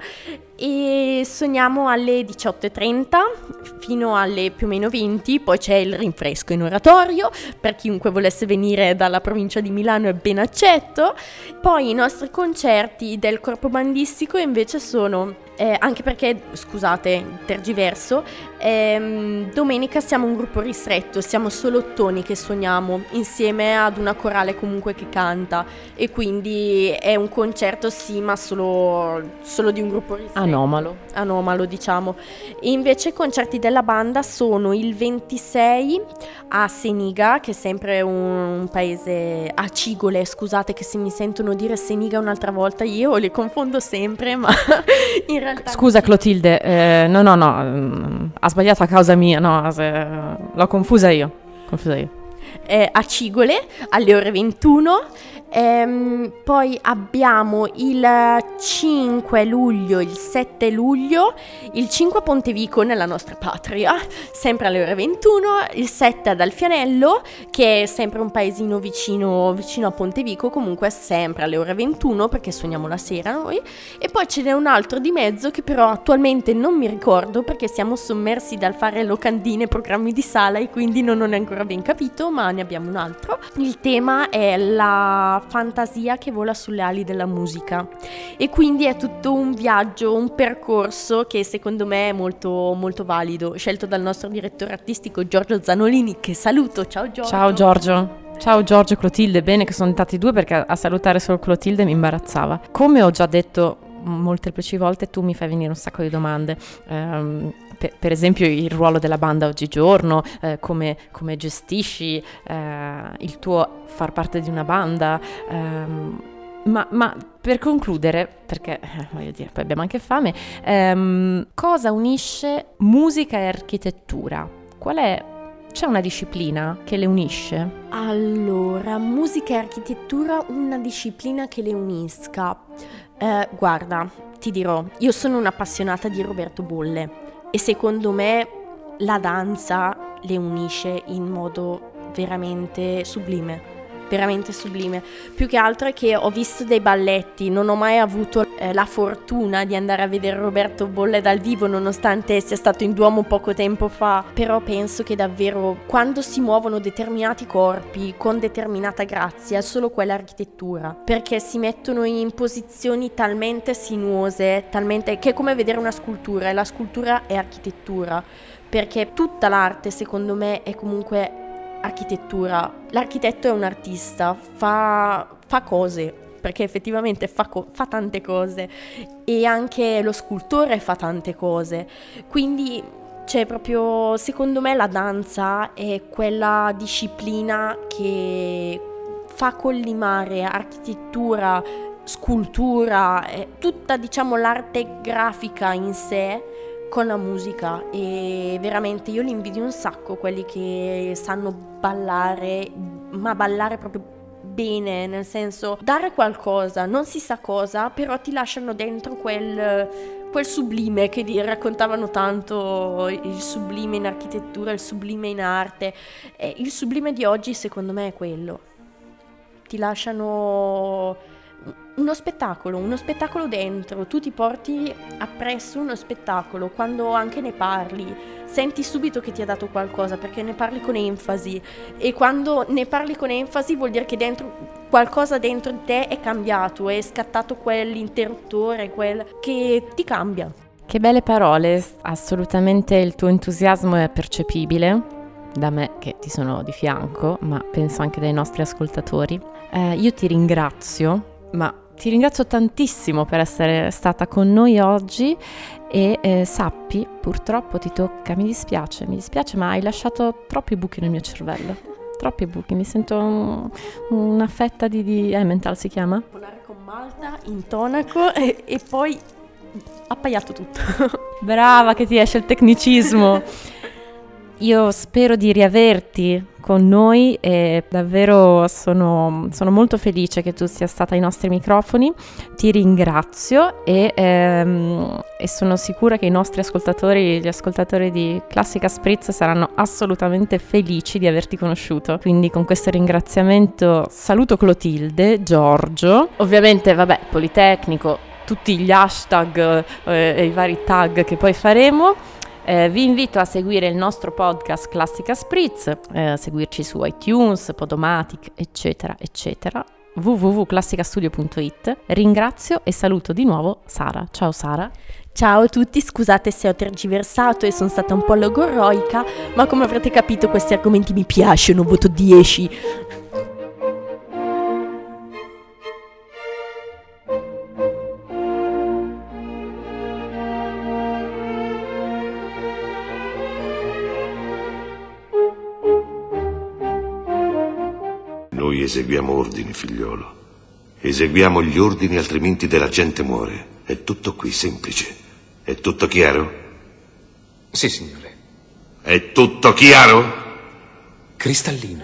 e suoniamo alle diciotto e trenta fino alle più o meno venti, poi c'è il rinfresco in oratorio, per chiunque volesse venire dalla provincia di Milano è ben accetto. Poi i nostri concerti del corpo bandistico invece sono eh, anche perché, scusate, tergiverso, ehm, domenica siamo un gruppo ristretto, siamo solo ottoni che suoniamo insieme ad una corale comunque che canta, e quindi è un concerto sì, ma solo, solo di un gruppo ristretto. Anomalo. Anomalo, diciamo. E invece i concerti della banda sono il ventisei a Seniga, che è sempre un, un paese, a Cigole, scusate che se mi sentono dire Seniga un'altra volta io le confondo sempre, ma in realtà... Scusa Clotilde, eh, no no no, ha sbagliato a causa mia, no, se, l'ho confusa io, confusa io. Eh, a Cigole alle ore ventuno. Ehm, poi abbiamo il cinque luglio, il sette luglio, il cinque a Pontevico nella nostra patria, sempre alle ore ventuno, il sette ad Alfianello, che è sempre un paesino vicino, vicino a Pontevico, comunque sempre alle ore ventuno perché suoniamo la sera noi, e poi ce n'è un altro di mezzo che però attualmente non mi ricordo perché siamo sommersi dal fare locandine, programmi di sala, e quindi non ho ancora ben capito, ma ne abbiamo un altro. Il tema è la fantasia che vola sulle ali della musica, e quindi è tutto un viaggio, un percorso che secondo me è molto molto valido, scelto dal nostro direttore artistico Giorgio Zanolini, che saluto. Ciao Giorgio. Ciao Giorgio. Ciao Giorgio, Clotilde, bene che sono diventati due perché a salutare solo Clotilde mi imbarazzava. Come ho già detto molteplici volte, tu mi fai venire un sacco di domande. Um, per, per esempio il ruolo della banda oggigiorno, eh, come, come gestisci eh, il tuo far parte di una banda, ehm, ma, ma per concludere, perché eh, voglio dire, poi abbiamo anche fame, ehm, cosa unisce musica e architettura? Qual è? C'è una disciplina che le unisce? Allora, musica e architettura, una disciplina che le unisca. Eh, guarda, ti dirò, io sono un'appassionata di Roberto Bolle e secondo me la danza le unisce in modo veramente sublime. Veramente sublime. Più che altro è che ho visto dei balletti, non ho mai avuto eh, la fortuna di andare a vedere Roberto Bolle dal vivo, nonostante sia stato in Duomo poco tempo fa, però penso che davvero quando si muovono determinati corpi con determinata grazia è solo quella architettura, perché si mettono in posizioni talmente sinuose, talmente che è come vedere una scultura, e la scultura è architettura, perché tutta l'arte secondo me è comunque architettura. L'architetto è un artista, fa, fa cose, perché effettivamente fa, co- fa tante cose, e anche lo scultore fa tante cose, quindi c'è proprio, secondo me la danza è quella disciplina che fa collimare architettura, scultura, eh, tutta diciamo l'arte grafica in sé con la musica, e veramente io li invidio un sacco quelli che sanno ballare, ma ballare proprio bene, nel senso dare qualcosa, non si sa cosa, però ti lasciano dentro quel, quel sublime che raccontavano tanto, il sublime in architettura, il sublime in arte, e il sublime di oggi secondo me è quello, ti lasciano uno spettacolo, uno spettacolo dentro, tu ti porti appresso uno spettacolo, quando anche ne parli, senti subito che ti ha dato qualcosa, perché ne parli con enfasi, e quando ne parli con enfasi vuol dire che dentro qualcosa dentro di te è cambiato, è scattato quell'interruttore, quel che ti cambia. Che belle parole, assolutamente il tuo entusiasmo è percepibile da me che ti sono di fianco, ma penso anche dai nostri ascoltatori. Eh, io ti ringrazio, ma ti ringrazio tantissimo per essere stata con noi oggi, e eh, sappi, purtroppo ti tocca, mi dispiace, mi dispiace, ma hai lasciato troppi buchi nel mio cervello, troppi buchi, mi sento un, una fetta di, di Emmental si chiama? Polare con malta, intonaco e, e poi appaiato tutto. Brava che ti esce il tecnicismo. Io spero di riaverti con noi e davvero sono, sono molto felice che tu sia stata ai nostri microfoni. Ti ringrazio e, ehm, e sono sicura che i nostri ascoltatori, gli ascoltatori di Classica Spritz saranno assolutamente felici di averti conosciuto. Quindi con questo ringraziamento saluto Clotilde, Giorgio, ovviamente vabbè Politecnico, tutti gli hashtag eh, e i vari tag che poi faremo. Eh, vi invito a seguire il nostro podcast Classica Spritz, eh, a seguirci su iTunes, Podomatic, eccetera, eccetera. w w w punto classicastudio punto i t. Ringrazio e saluto di nuovo Sara. Ciao Sara. Ciao a tutti, scusate se ho tergiversato e sono stata un po' logorroica, ma come avrete capito questi argomenti mi piacciono, voto dieci. Noi eseguiamo ordini, figliolo. Eseguiamo gli ordini, altrimenti della gente muore. È tutto qui, semplice. È tutto chiaro? Sì, signore. È tutto chiaro? Cristallino.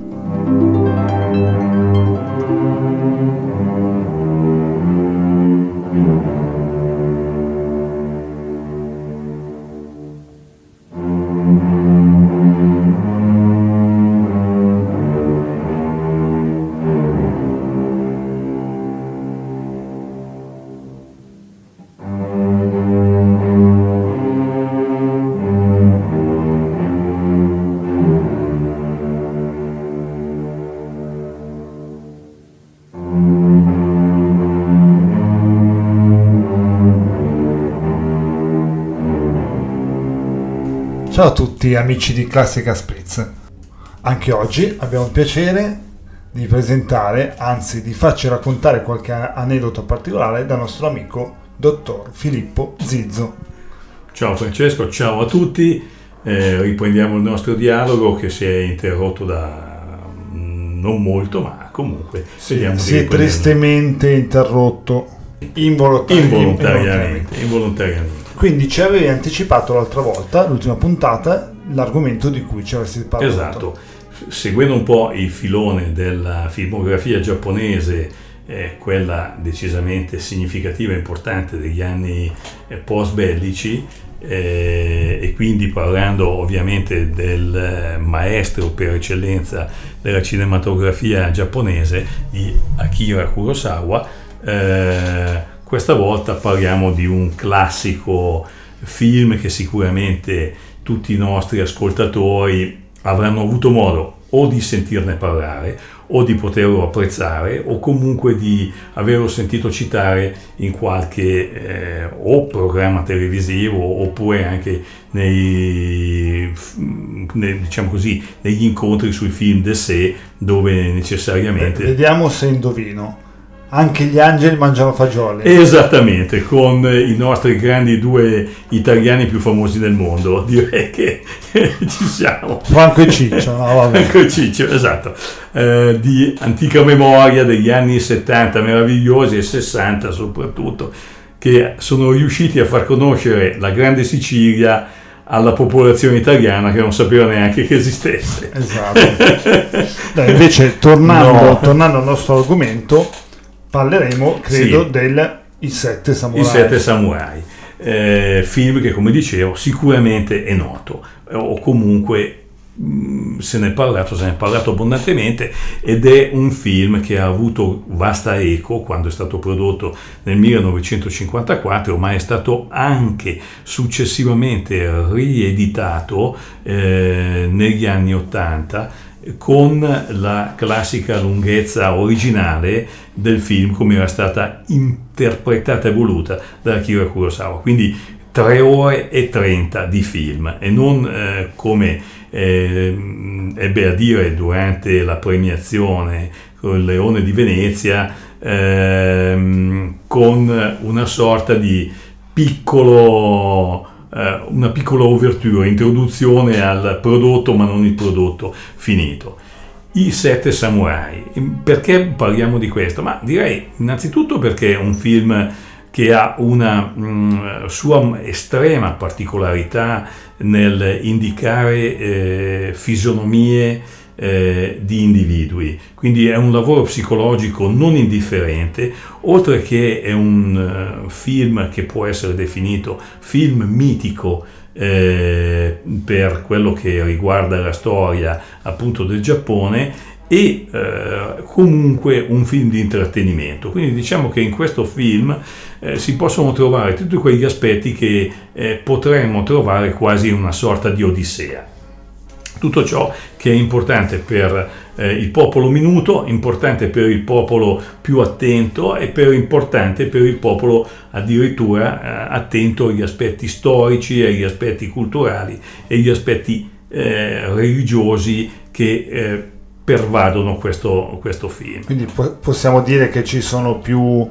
Ciao a tutti amici di Classica Spritz. Anche oggi abbiamo il piacere di presentare, anzi di farci raccontare qualche aneddoto particolare dal nostro amico dottor Filippo Zizzo. Ciao Francesco, ciao a tutti. Eh, riprendiamo il nostro dialogo che si è interrotto da non molto, ma comunque sì, si è tristemente interrotto involontari- involontariamente, involontariamente. Quindi ci avevi anticipato l'altra volta, l'ultima puntata, l'argomento di cui ci avessi parlato. Esatto, seguendo un po' il filone della filmografia giapponese, eh, quella decisamente significativa e importante degli anni eh, post bellici, eh, e quindi parlando ovviamente del maestro per eccellenza della cinematografia giapponese, di Akira Kurosawa, eh, questa volta parliamo di un classico film che sicuramente tutti i nostri ascoltatori avranno avuto modo o di sentirne parlare o di poterlo apprezzare o comunque di averlo sentito citare in qualche eh, o programma televisivo oppure anche nei, nei, diciamo così, negli incontri sui film de sé, dove necessariamente... Beh, vediamo se indovino. Anche gli angeli mangiano fagioli. Esattamente, con i nostri grandi due italiani più famosi del mondo, direi che ci siamo. Franco e Ciccio, no, vabbè. Franco e Ciccio, esatto, eh, di antica memoria degli anni settanta meravigliosi e sessanta soprattutto, che sono riusciti a far conoscere la grande Sicilia alla popolazione italiana che non sapeva neanche che esistesse. Esatto. Dai, invece, tornando, no. tornando al nostro argomento, parleremo, credo, sì. del I Sette Samurai. I Sette Samurai, eh, film che, come dicevo, sicuramente è noto, o comunque mh, se ne è parlato, se ne è parlato abbondantemente, ed è un film che ha avuto vasta eco quando è stato prodotto nel millenovecentocinquantaquattro, ma è stato anche successivamente rieditato eh, negli anni ottanta, con la classica lunghezza originale del film come era stata interpretata e voluta da Akira Kurosawa, quindi tre ore e trenta di film, e non eh, come eh, ebbe a dire durante la premiazione con il Leone di Venezia, eh, con una sorta di piccolo una piccola ouverture, introduzione al prodotto ma non il prodotto finito. I Sette Samurai, perché parliamo di questo? Ma direi innanzitutto perché è un film che ha una mh, sua estrema particolarità nel indicare eh, fisionomie Eh, di individui, quindi è un lavoro psicologico non indifferente, oltre che è un uh, film che può essere definito film mitico eh, per quello che riguarda la storia appunto del Giappone, e eh, comunque un film di intrattenimento. Quindi diciamo che in questo film eh, si possono trovare tutti quegli aspetti che eh, potremmo trovare quasi in una sorta di odissea. tutto ciò che è importante per eh, il popolo minuto, importante per il popolo più attento e per importante per il popolo addirittura eh, attento agli aspetti storici, agli aspetti culturali e agli aspetti eh, religiosi che eh, pervadono questo, questo film. Quindi po- possiamo dire che ci sono più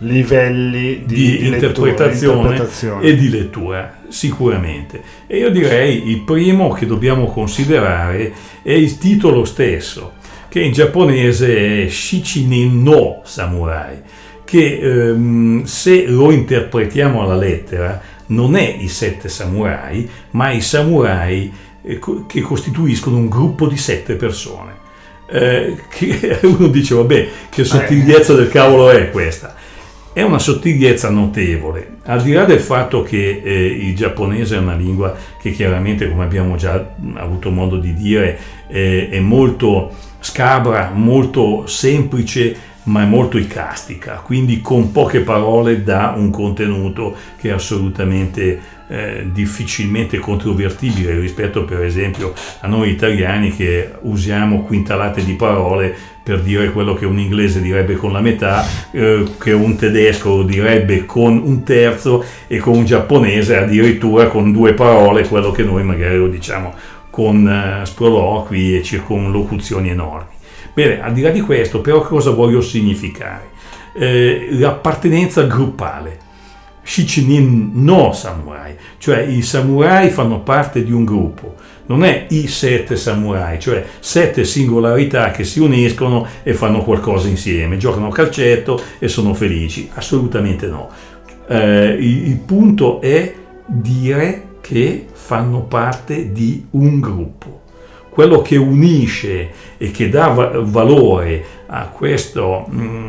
livelli di, di, di interpretazione, lettura, interpretazione e di lettura, sicuramente. E io direi il primo che dobbiamo considerare è il titolo stesso, che in giapponese è Shichinin no Samurai, che ehm, se lo interpretiamo alla lettera non è i sette samurai, ma i samurai eh, che costituiscono un gruppo di sette persone. Eh, che uno dice, vabbè, che sottigliezza del cavolo è questa? È una sottigliezza notevole, al di là del fatto che eh, il giapponese è una lingua che chiaramente, come abbiamo già avuto modo di dire, eh, è molto scabra, molto semplice, ma è molto icastica, quindi con poche parole dà un contenuto che è assolutamente eh, difficilmente controvertibile rispetto per esempio a noi italiani che usiamo quintalate di parole per dire quello che un inglese direbbe con la metà, eh, che un tedesco lo direbbe con un terzo e con un giapponese addirittura con due parole quello che noi magari lo diciamo con eh, sproloqui e circonlocuzioni enormi. Bene, al di là di questo, però cosa voglio significare? Eh, l'appartenenza gruppale. Shichinin no samurai, cioè i samurai fanno parte di un gruppo, non è i sette samurai, cioè sette singolarità che si uniscono e fanno qualcosa insieme, giocano a calcetto e sono felici, assolutamente no. Eh, il, il punto è dire che fanno parte di un gruppo. Quello che unisce e che dà valore a questo,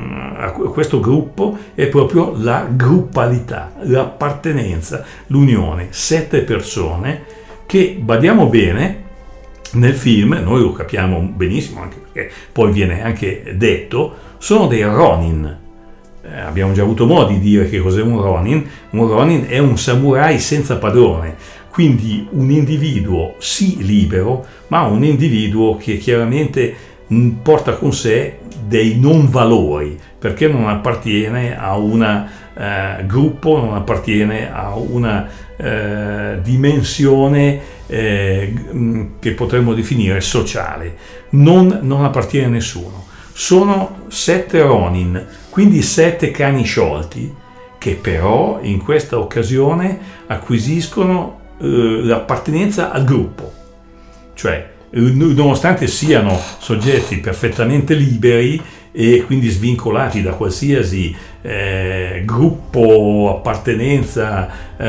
a questo gruppo è proprio la gruppalità, l'appartenenza, l'unione. Sette persone che, badiamo bene, nel film, noi lo capiamo benissimo, anche perché poi viene anche detto, sono dei Ronin. Eh, abbiamo già avuto modo di dire che cos'è un Ronin. Un Ronin è un samurai senza padrone. Quindi un individuo sì libero, ma un individuo che chiaramente porta con sé dei non valori, perché non appartiene a un eh, gruppo, non appartiene a una eh, dimensione eh, che potremmo definire sociale, non, non appartiene a nessuno. Sono sette Ronin, quindi sette cani sciolti, che però in questa occasione acquisiscono l'appartenenza al gruppo, cioè nonostante siano soggetti perfettamente liberi e quindi svincolati da qualsiasi eh, gruppo, appartenenza eh,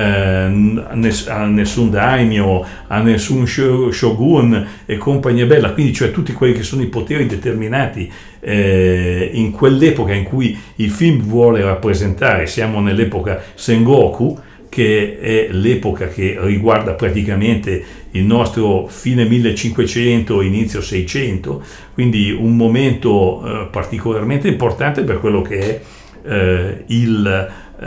a nessun daimyo, a nessun shogun e compagnia bella, quindi cioè tutti quelli che sono i poteri determinati eh, in quell'epoca in cui il film vuole rappresentare. Siamo nell'epoca Sengoku, che è l'epoca che riguarda praticamente il nostro fine millecinquecento, inizio seicento, quindi un momento eh, particolarmente importante per quello che è eh, il,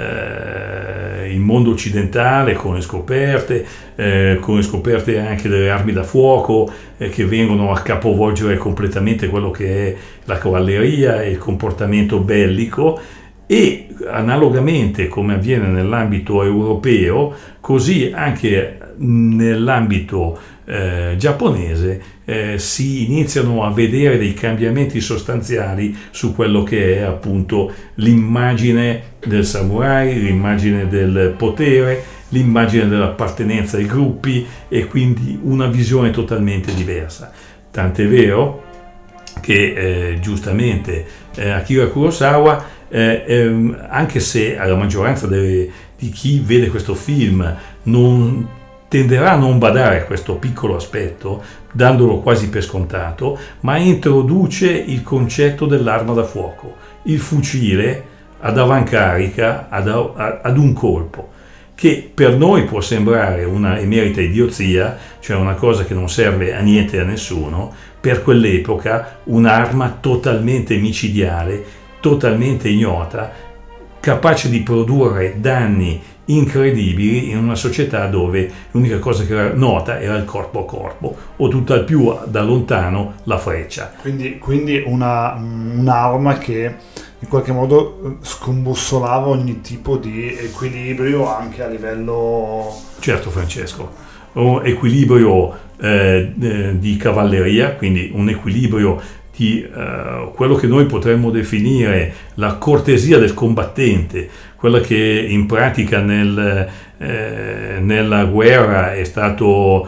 eh, il mondo occidentale, con le scoperte, eh, con le scoperte anche delle armi da fuoco eh, che vengono a capovolgere completamente quello che è la cavalleria e il comportamento bellico. E analogamente come avviene nell'ambito europeo, così anche nell'ambito eh, giapponese eh, si iniziano a vedere dei cambiamenti sostanziali su quello che è appunto l'immagine del samurai, l'immagine del potere, l'immagine dell'appartenenza ai gruppi e quindi una visione totalmente diversa. Tant'è vero che eh, giustamente eh, Akira Kurosawa Eh, ehm, anche se alla maggioranza delle, di chi vede questo film non tenderà a non badare a questo piccolo aspetto, dandolo quasi per scontato, ma introduce il concetto dell'arma da fuoco, il fucile ad avancarica, ad, ad un colpo, che per noi può sembrare una emerita idiozia, cioè una cosa che non serve a niente e a nessuno, per quell'epoca un'arma totalmente micidiale, totalmente ignota, capace di produrre danni incredibili in una società dove l'unica cosa che era nota era il corpo a corpo, o tutt'al più da lontano la freccia. Quindi, quindi una, un'arma che in qualche modo scombussolava ogni tipo di equilibrio anche a livello... Certo, Francesco, un equilibrio eh, eh, di cavalleria, quindi un equilibrio di eh, quello che noi potremmo definire la cortesia del combattente, quella che in pratica nel, eh, nella guerra è stato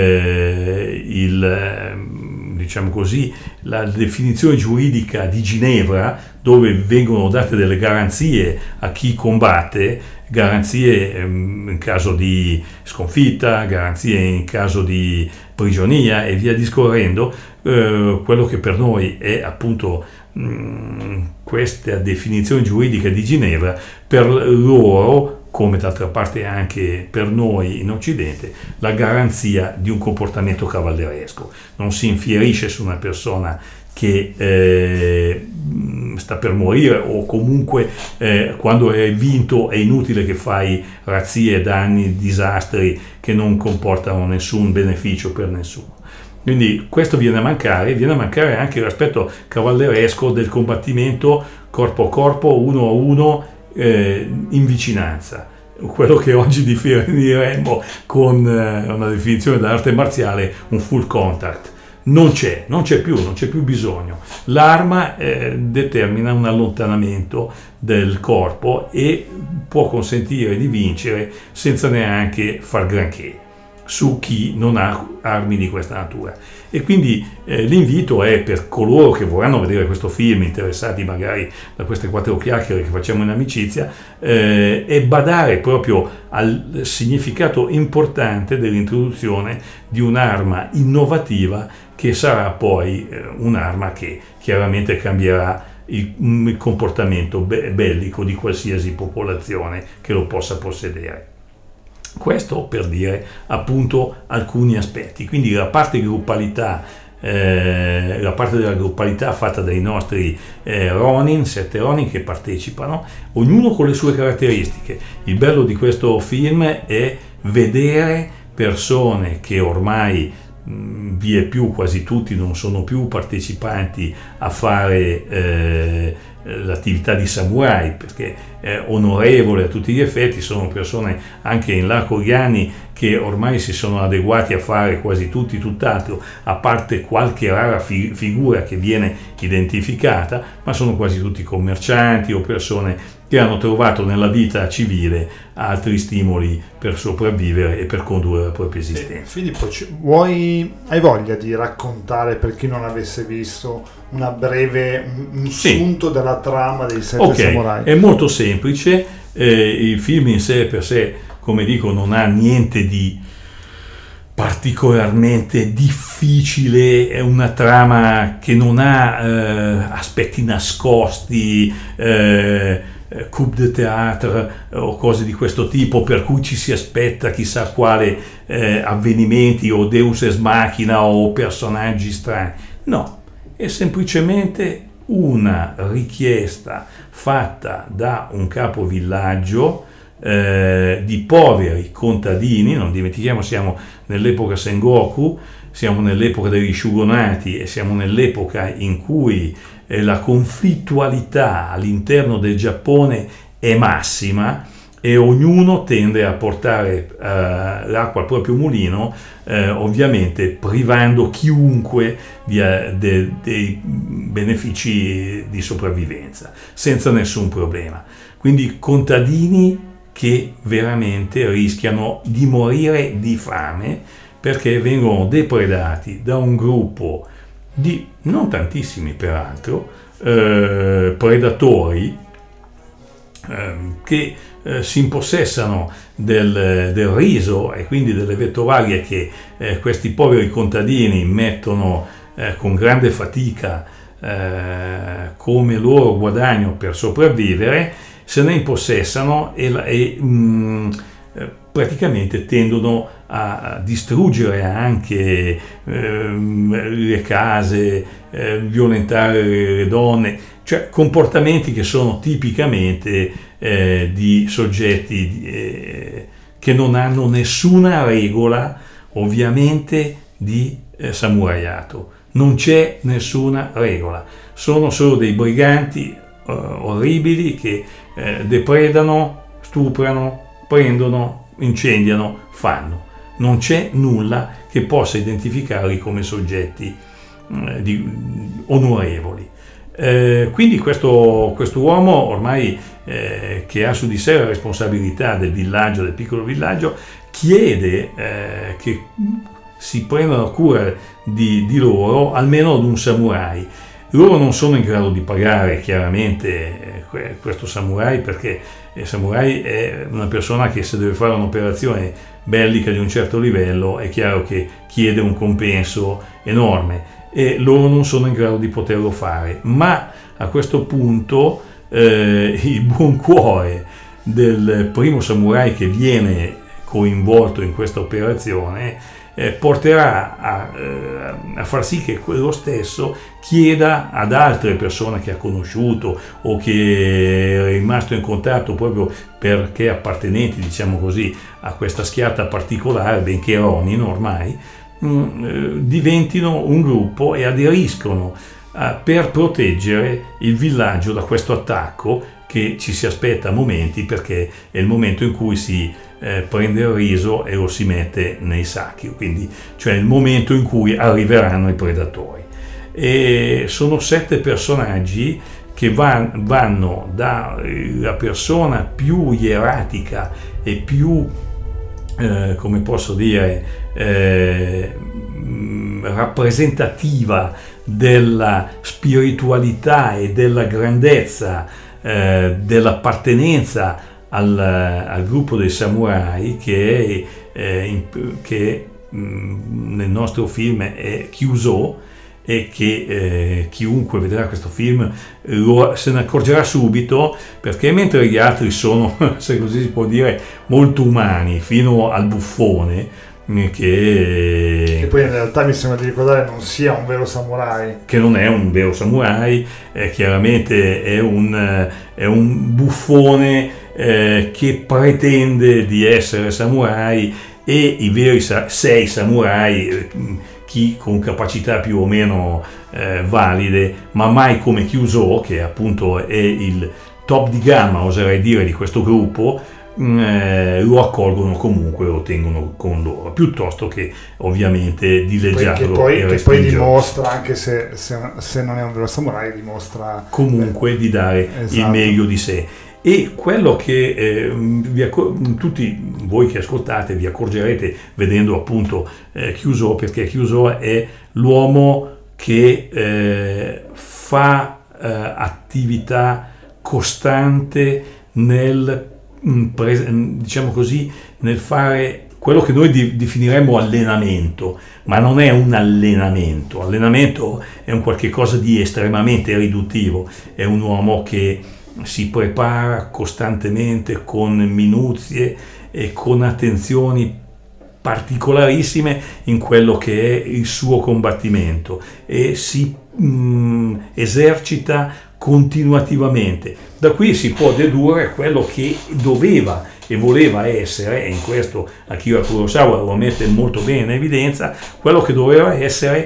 eh, il, diciamo così, la definizione giuridica di Ginevra, dove vengono date delle garanzie a chi combatte, garanzie ehm, in caso di sconfitta, garanzie in caso di prigionia e via discorrendo. Eh, quello che per noi è appunto mh, questa definizione giuridica di Ginevra, per loro, come d'altra parte anche per noi in Occidente, la garanzia di un comportamento cavalleresco. Non si infierisce su una persona che eh, sta per morire, o comunque eh, quando è vinto è inutile che fai razzie, danni, disastri che non comportano nessun beneficio per nessuno. Quindi questo viene a mancare, viene a mancare anche l'aspetto cavalleresco del combattimento corpo a corpo, uno a uno, eh, in vicinanza. Quello che oggi definiremmo con eh, una definizione dell'arte marziale un full contact. Non c'è, non c'è più, non c'è più bisogno. L'arma eh, determina un allontanamento del corpo e può consentire di vincere senza neanche far granché su chi non ha armi di questa natura. E quindi eh, l'invito è, per coloro che vorranno vedere questo film, interessati magari da queste quattro chiacchiere che facciamo in amicizia, eh, è badare proprio al significato importante dell'introduzione di un'arma innovativa, che sarà poi eh, un'arma che chiaramente cambierà il, il comportamento be- bellico di qualsiasi popolazione che lo possa possedere. Questo per dire appunto alcuni aspetti. Quindi la parte gruppalità, eh, la parte della gruppalità fatta dai nostri eh, Ronin, sette Ronin che partecipano, ognuno con le sue caratteristiche. Il bello di questo film è vedere persone che ormai mh, vie più quasi tutti non sono più partecipanti a fare eh, l'attività di samurai, perché è onorevole a tutti gli effetti, sono persone anche in l'arco degli anni che ormai si sono adeguati a fare quasi tutti tutt'altro, a parte qualche rara fi- figura che viene identificata, ma sono quasi tutti commercianti o persone che hanno trovato nella vita civile altri stimoli per sopravvivere e per condurre la propria esistenza. Eh, Filippo, vuoi, hai voglia di raccontare, per chi non avesse visto, una breve, un sunto sì. della trama dei Sette okay. Samurai? È molto semplice, eh, il film in sé per sé, come dico, non ha niente di particolarmente difficile, è una trama che non ha eh, aspetti nascosti, eh, coup de théâtre o cose di questo tipo, per cui ci si aspetta chissà quale eh, avvenimenti o deus ex machina o personaggi strani. No, è semplicemente una richiesta fatta da un capovillaggio eh, di poveri contadini. Non dimentichiamo, siamo nell'epoca Sengoku, siamo nell'epoca degli shogunati e siamo nell'epoca in cui eh, la conflittualità all'interno del Giappone è massima e ognuno tende a portare eh, l'acqua al proprio mulino, eh, ovviamente privando chiunque di, eh, de, dei benefici di sopravvivenza, senza nessun problema. Quindi contadini che veramente rischiano di morire di fame perché vengono depredati da un gruppo di, non tantissimi peraltro, eh, predatori eh, che eh, si impossessano del, del riso e quindi delle vettovaglie che eh, questi poveri contadini mettono eh, con grande fatica eh, come loro guadagno per sopravvivere, se ne impossessano e, e mh, praticamente tendono a distruggere anche eh, le case, eh, violentare le donne, cioè comportamenti che sono tipicamente eh, di soggetti eh, che non hanno nessuna regola, ovviamente, di eh, samuraiato. Non c'è nessuna regola, sono solo dei briganti eh, orribili che eh, depredano, stuprano, prendono, incendiano, fanno. Non c'è nulla che possa identificarli come soggetti eh, di, onorevoli. Eh, quindi questo uomo ormai eh, che ha su di sé la responsabilità del villaggio, del piccolo villaggio, chiede eh, che si prendano cura di, di loro, almeno ad un samurai. Loro non sono in grado di pagare chiaramente eh, questo samurai, perché il samurai è una persona che, se deve fare un'operazione bellica di un certo livello, è chiaro che chiede un compenso enorme, e loro non sono in grado di poterlo fare. Ma a questo punto eh, il buon cuore del primo samurai che viene coinvolto in questa operazione eh, porterà a, eh, a far sì che quello stesso chieda ad altre persone che ha conosciuto o che è rimasto in contatto proprio perché appartenenti, diciamo così, a questa schiatta particolare, benché ronino ormai, diventino un gruppo e aderiscono uh, per proteggere il villaggio da questo attacco che ci si aspetta a momenti, perché è il momento in cui si eh, prende il riso e lo si mette nei sacchi, quindi cioè il momento in cui arriveranno i predatori. E sono sette personaggi che van, vanno dalla persona più ieratica e più Eh, come posso dire, eh, rappresentativa della spiritualità e della grandezza, eh, dell'appartenenza al, al gruppo dei samurai, che, è, eh, in, che mh, nel nostro film è Kyuzo, e che eh, chiunque vedrà questo film lo, se ne accorgerà subito, perché mentre gli altri sono, se così si può dire, molto umani, fino al buffone, che, che poi in realtà mi sembra di ricordare non sia un vero samurai, che non è un vero samurai, eh, chiaramente è un, è un buffone eh, che pretende di essere samurai, e i veri sa- sei samurai, eh, chi con capacità più o meno eh, valide, ma mai come Kyuzo, che appunto è il top di gamma, oserei dire, di questo gruppo, eh, lo accolgono comunque, lo tengono con loro, piuttosto che ovviamente dileggiarlo. Che poi, e che poi dimostra, anche se, se, se non è un vero samurai, dimostra comunque eh, di dare esatto. il meglio di sé. E quello che eh, vi accor- tutti voi che ascoltate vi accorgerete vedendo appunto eh, Kyuzo, perché Kyuzo è l'uomo che eh, fa eh, attività costante nel, mh, pre- diciamo così, nel fare quello che noi di- definiremmo allenamento, ma non è un allenamento. Allenamento è un qualche cosa di estremamente riduttivo, è un uomo che si prepara costantemente con minuzie e con attenzioni particolarissime in quello che è il suo combattimento, e si mh, esercita continuativamente. Da qui si può dedurre quello che doveva e voleva essere, e in questo Akira Kurosawa lo mette molto bene in evidenza, quello che doveva essere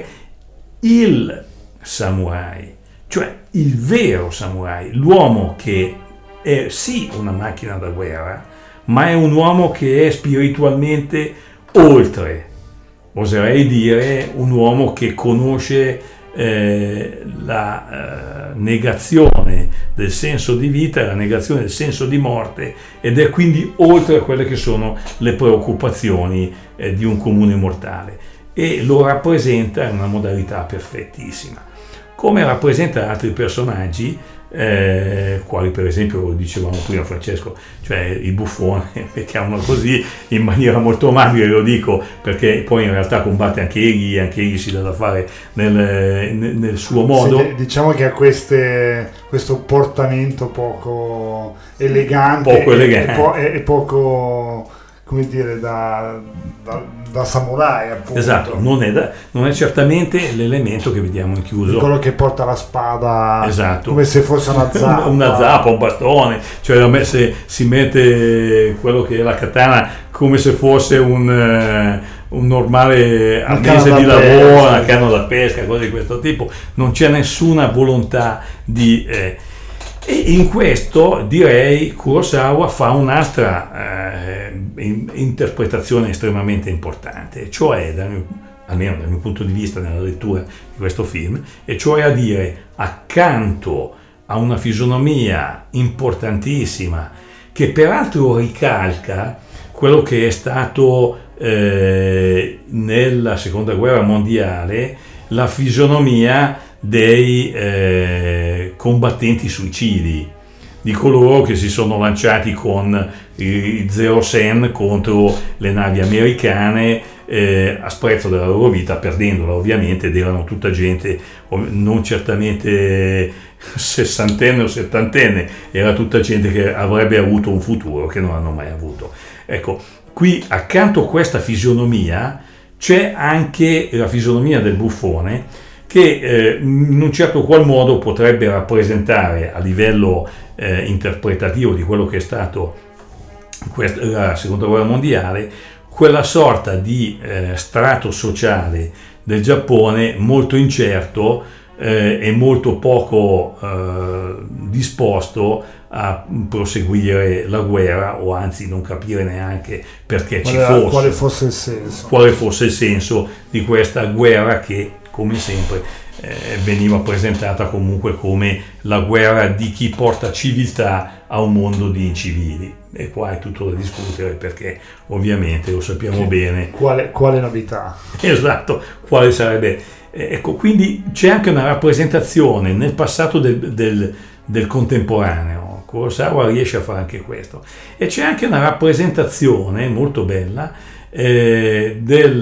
il samurai, cioè il vero samurai, l'uomo che è sì una macchina da guerra, ma è un uomo che è spiritualmente oltre, oserei dire un uomo che conosce eh, la eh, negazione del senso di vita e la negazione del senso di morte, ed è quindi oltre a quelle che sono le preoccupazioni eh, di un comune mortale, e lo rappresenta in una modalità perfettissima, come rappresenta altri personaggi, eh, quali per esempio, lo dicevamo prima Francesco, cioè il buffone, mettiamolo così in maniera molto amabile, lo dico perché poi in realtà combatte anche egli, anche egli si dà da fare nel, nel suo modo. Sì, diciamo che ha queste, questo portamento poco elegante, poco elegante. E, po- e poco, come dire, da, da, da samurai, appunto. Esatto, non è, da, non è certamente l'elemento che vediamo in Chiuso. Quello che porta la spada, esatto, come se fosse una zappa. Una zappa, un bastone, cioè se si mette quello che è la katana come se fosse un, uh, un normale arnese di lavoro, una canna da pesca, cose di questo tipo. Non c'è nessuna volontà di... Eh, E in questo direi Kurosawa fa un'altra eh, in, interpretazione estremamente importante, cioè, dal mio, almeno dal mio punto di vista nella lettura di questo film, e cioè a dire, accanto a una fisionomia importantissima, che peraltro ricalca quello che è stato eh, nella seconda guerra mondiale la fisionomia dei eh, combattenti suicidi, di coloro che si sono lanciati con i Zero Sen contro le navi americane eh, a sprezzo della loro vita, perdendola ovviamente, ed erano tutta gente non certamente sessantenne o settantenne, era tutta gente che avrebbe avuto un futuro che non hanno mai avuto. Ecco, qui accanto a questa fisionomia c'è anche la fisionomia del buffone, che eh, in un certo qual modo potrebbe rappresentare a livello eh, interpretativo di quello che è stato questa, la seconda guerra mondiale, quella sorta di eh, strato sociale del Giappone molto incerto eh, e molto poco eh, disposto a proseguire la guerra, o anzi non capire neanche perché quale, ci fosse, quale fosse il senso quale fosse il senso di questa guerra che, come sempre, eh, veniva presentata comunque come la guerra di chi porta civiltà a un mondo di incivili. E qua è tutto da discutere, perché ovviamente lo sappiamo bene. Quale, quale novità? Esatto, quale sarebbe... Eh, ecco, quindi c'è anche una rappresentazione nel passato del, del, del contemporaneo. Kurosawa riesce a fare anche questo. E c'è anche una rappresentazione molto bella eh, del,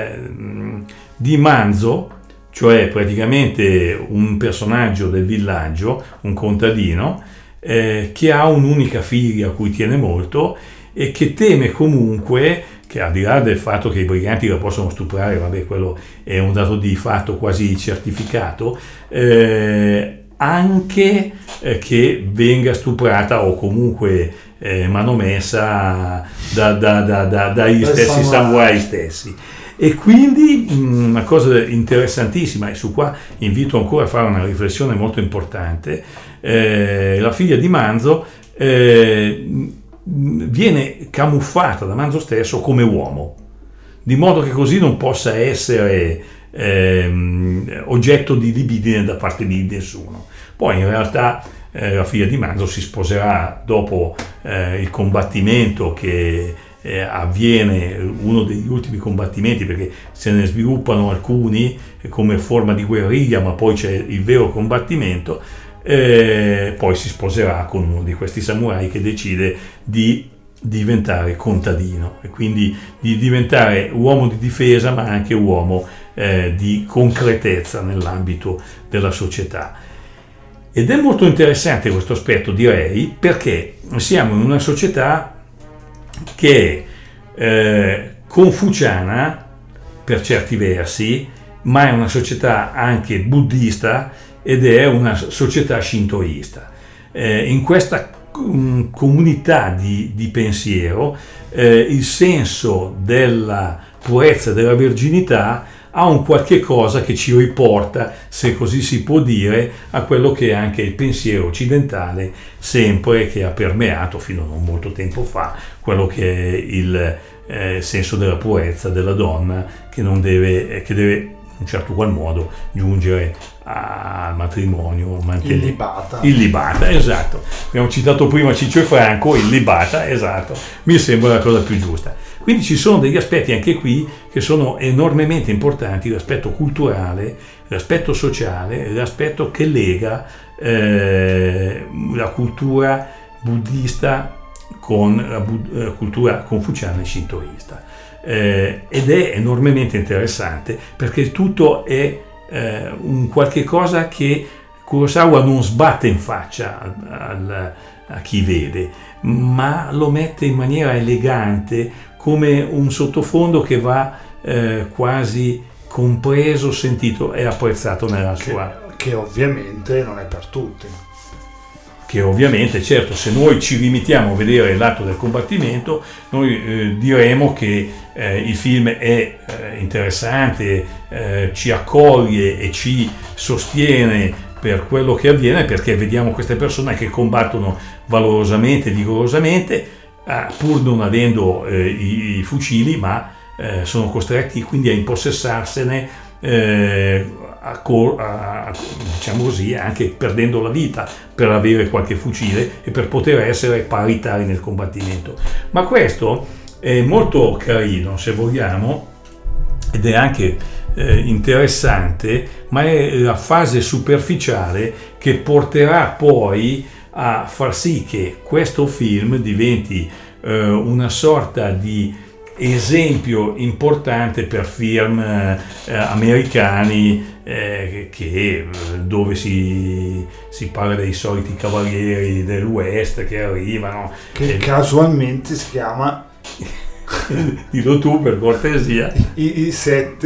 eh, di Manzo, cioè praticamente un personaggio del villaggio, un contadino, eh, che ha un'unica figlia a cui tiene molto e che teme comunque che, al di là del fatto che i briganti la possono stuprare, vabbè, quello è un dato di fatto quasi certificato, eh, anche eh, che venga stuprata o comunque eh, manomessa da, da, da, da, dagli stessi samurai stessi. E quindi mh, una cosa interessantissima, e su qua invito ancora a fare una riflessione molto importante, eh, la figlia di Manzo eh, viene camuffata da Manzo stesso come uomo, di modo che così non possa essere eh, oggetto di libidine da parte di nessuno. Poi in realtà eh, la figlia di Manzo si sposerà dopo eh, il combattimento che eh, avviene, uno degli ultimi combattimenti, perché se ne sviluppano alcuni come forma di guerriglia, ma poi c'è il vero combattimento. Eh, poi si sposerà con uno di questi samurai che decide di diventare contadino, e quindi di diventare uomo di difesa, ma anche uomo eh, di concretezza nell'ambito della società. Ed è molto interessante questo aspetto, direi, perché siamo in una società che è eh, confuciana per certi versi, ma è una società anche buddista ed è una società shintoista. Eh, in questa um, comunità di, di pensiero eh, il senso della purezza e della verginità ha un qualche cosa che ci riporta, se così si può dire, a quello che è anche il pensiero occidentale, sempre, che ha permeato fino a non molto tempo fa quello che è il eh, senso della purezza della donna, che non deve, che deve in un certo qual modo giungere al matrimonio, mantenere illibata. Illibata, esatto. Abbiamo citato prima Ciccio e Franco, illibata, esatto. Mi sembra la cosa più giusta. Quindi ci sono degli aspetti anche qui che sono enormemente importanti, l'aspetto culturale, l'aspetto sociale, l'aspetto che lega eh, la cultura buddista con la, bu- la cultura confuciana e shintoista. Eh, ed è enormemente interessante, perché il tutto è eh, un qualche cosa che Kurosawa non sbatte in faccia al, al, a chi vede, ma lo mette in maniera elegante, come un sottofondo che va eh, quasi compreso, sentito e apprezzato nella che, sua... Che ovviamente non è per tutti. Che ovviamente, certo, se noi ci limitiamo a vedere l'atto del combattimento, noi eh, diremo che eh, il film è eh, interessante, eh, ci accoglie e ci sostiene per quello che avviene, perché vediamo queste persone che combattono valorosamente, vigorosamente, eh, pur non avendo eh, i, i fucili, ma eh, sono costretti quindi a impossessarsene eh, A, cor- a, diciamo così, anche perdendo la vita per avere qualche fucile e per poter essere paritari nel combattimento. Ma questo è molto carino, se vogliamo, ed è anche eh, interessante, ma è la fase superficiale che porterà poi a far sì che questo film diventi eh, una sorta di esempio importante per film eh, americani eh, che, dove si, si parla dei soliti cavalieri del West che arrivano, che eh, casualmente si chiama dillo tu per cortesia, i, i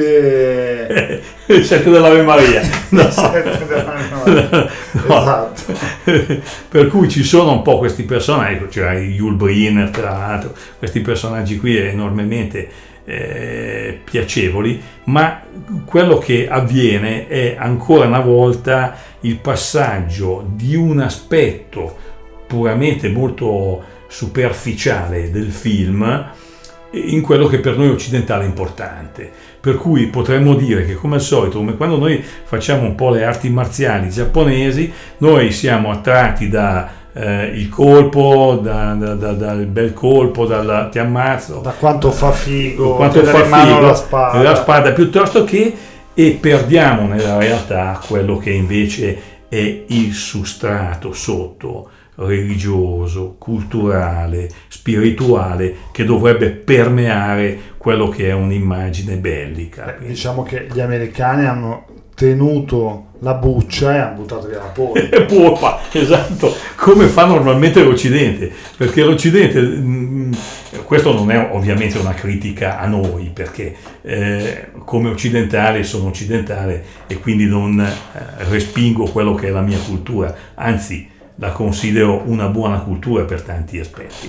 sette i sette dell'Ave Maria, no. I sette dell'Ave Maria. No. Esatto. Per cui ci sono un po' questi personaggi, cioè Yul Brynner tra l'altro, questi personaggi qui enormemente eh, piacevoli, ma quello che avviene è ancora una volta il passaggio di un aspetto puramente molto superficiale del film in quello che per noi occidentale è importante, per cui potremmo dire che, come al solito, come quando noi facciamo un po' le arti marziali giapponesi, noi siamo attratti da eh, il colpo, da, da, da, dal bel colpo, dal ti ammazzo, da quanto fa figo, quanto fa figo la spada. la spada, piuttosto che, e perdiamo nella realtà quello che invece è il sustrato sotto, religioso, culturale, spirituale, che dovrebbe permeare quello che è un'immagine bellica. Beh, diciamo che gli americani hanno tenuto la buccia e hanno buttato via la polpa. Polpa, esatto, come fa normalmente l'Occidente, perché l'Occidente, mh, questo non è ovviamente una critica a noi, perché eh, come occidentale sono occidentale e quindi non eh, respingo quello che è la mia cultura, anzi la considero una buona cultura per tanti aspetti.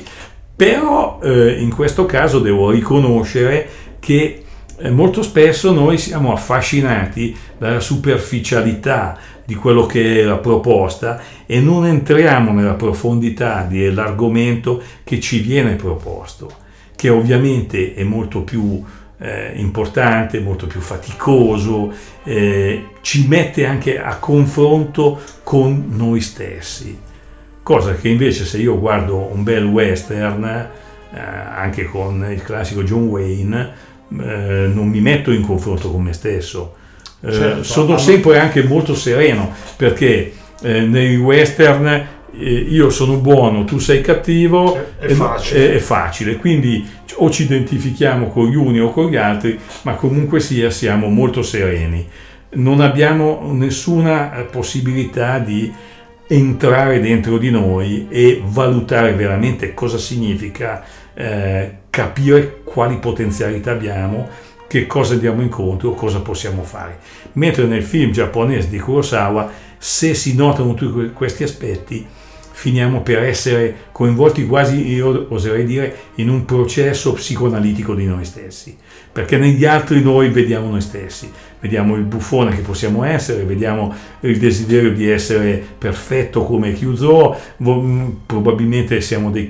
Però eh, in questo caso devo riconoscere che eh, molto spesso noi siamo affascinati dalla superficialità di quello che è la proposta e non entriamo nella profondità dell'argomento che ci viene proposto, che ovviamente è molto più Eh, importante, molto più faticoso, eh, ci mette anche a confronto con noi stessi, cosa che invece se io guardo un bel western eh, anche con il classico John Wayne eh, non mi metto in confronto con me stesso, eh, certo, sono ma... sempre anche molto sereno, perché eh, nei western io sono buono, tu sei cattivo, è, è, facile. È, è facile, quindi o ci identifichiamo con gli uni o con gli altri, ma comunque sia siamo molto sereni, non abbiamo nessuna possibilità di entrare dentro di noi e valutare veramente cosa significa eh, capire quali potenzialità abbiamo, che cosa andiamo incontro, cosa possiamo fare. Mentre nel film giapponese di Kurosawa, se si notano tutti questi aspetti, finiamo per essere coinvolti quasi, io oserei dire, in un processo psicoanalitico di noi stessi, perché negli altri noi vediamo noi stessi, vediamo il buffone che possiamo essere, vediamo il desiderio di essere perfetto come Kyuzo, probabilmente siamo dei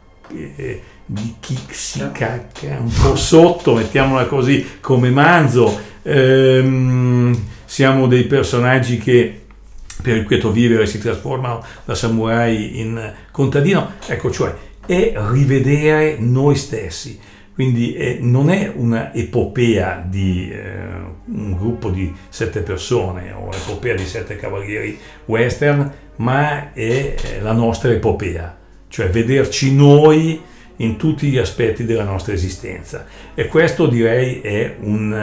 eh, di chi si cacca un po' sotto, mettiamola così, come Manzo, ehm, siamo dei personaggi che per il quieto vivere si trasformano da samurai in contadino, ecco, cioè è rivedere noi stessi, quindi è, non è una epopea di eh, un gruppo di sette persone o un'epopea di sette cavalieri western, ma è la nostra epopea, cioè vederci noi in tutti gli aspetti della nostra esistenza, e questo direi è un,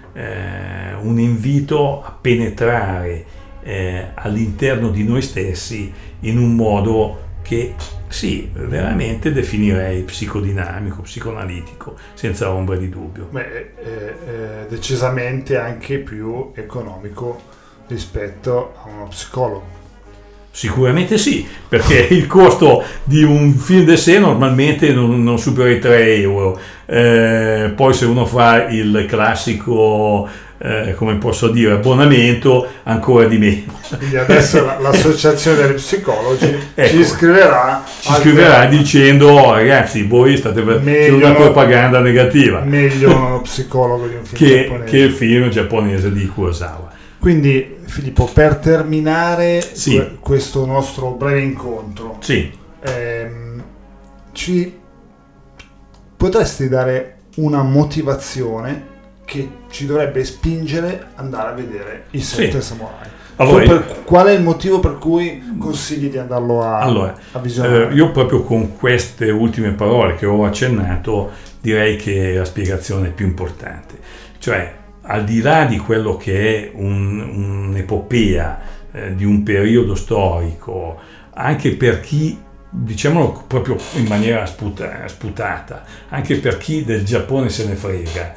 eh, un invito a penetrare Eh, all'interno di noi stessi in un modo che sì, veramente definirei psicodinamico, psicoanalitico, senza ombra di dubbio. Beh, è, è decisamente anche più economico rispetto a uno psicologo. Sicuramente sì, perché il costo di un film de sé normalmente non, non supera i tre euro. Eh, poi se uno fa il classico, eh, come posso dire, abbonamento, ancora di meno. Quindi adesso l'associazione degli psicologi ecco, ci scriverà ci scriverà dicendo oh, ragazzi, voi state facendo una propaganda negativa. Meglio uno psicologo di un film che, giapponese. Che il film giapponese di Kurosawa. Quindi Filippo, per terminare sì. que- questo nostro breve incontro, sì. ehm, ci potresti dare una motivazione che ci dovrebbe spingere ad andare a vedere I Sette sì. Samurai? Allora, per, qual è il motivo per cui consigli di andarlo a, allora, a visionare? Eh, io proprio con queste ultime parole che ho accennato direi che è la spiegazione più importante, cioè al di là di quello che è un, un'epopea eh, di un periodo storico, anche per chi, diciamolo proprio in maniera sputa, sputata, anche per chi del Giappone se ne frega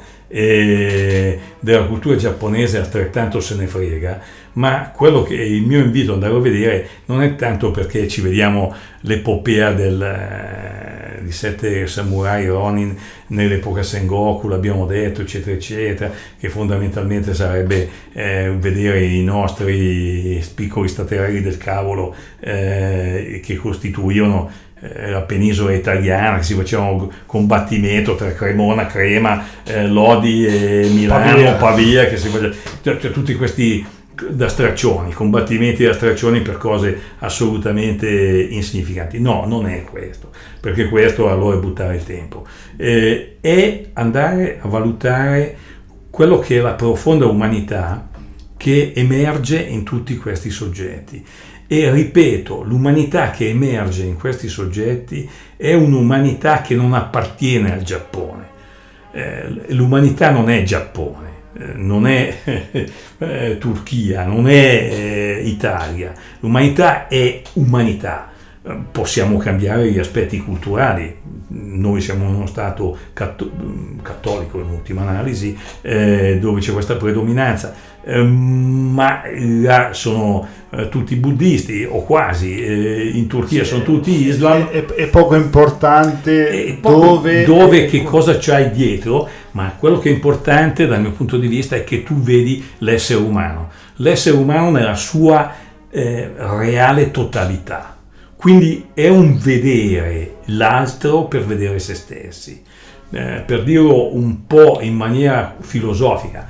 e della cultura giapponese altrettanto se ne frega, ma quello che è il mio invito ad andare a vedere non è tanto perché ci vediamo l'epopea del, eh, di sette samurai Ronin nell'epoca Sengoku, l'abbiamo detto, eccetera eccetera, che fondamentalmente sarebbe eh, vedere i nostri piccoli staterelli del cavolo eh, che costituivano eh, la penisola italiana, che si facevano combattimento tra Cremona, Crema, eh, Lodi e Milano, Pavia, Pavia che si faceva, cioè, cioè, tutti questi da straccioni, combattimenti da straccioni per cose assolutamente insignificanti. No, non è questo, perché questo allora è buttare il tempo, eh, è andare a valutare quello che è la profonda umanità che emerge in tutti questi soggetti. E ripeto, l'umanità che emerge in questi soggetti è un'umanità che non appartiene al Giappone. Eh, l'umanità non è Giappone, non è eh, Turchia, non è eh, Italia. L'umanità è umanità. Possiamo cambiare gli aspetti culturali. Noi siamo uno Stato catto- cattolico in ultima analisi, eh, dove c'è questa predominanza, eh, ma là sono eh, tutti buddisti o quasi, eh, in Turchia sì, sono tutti Islam. È, è, è poco importante è poco, dove, dove che cosa c'hai dietro, ma quello che è importante dal mio punto di vista è che tu vedi l'essere umano, l'essere umano nella sua eh, reale totalità. Quindi è un vedere l'altro per vedere se stessi. Eh, per dirlo un po' in maniera filosofica,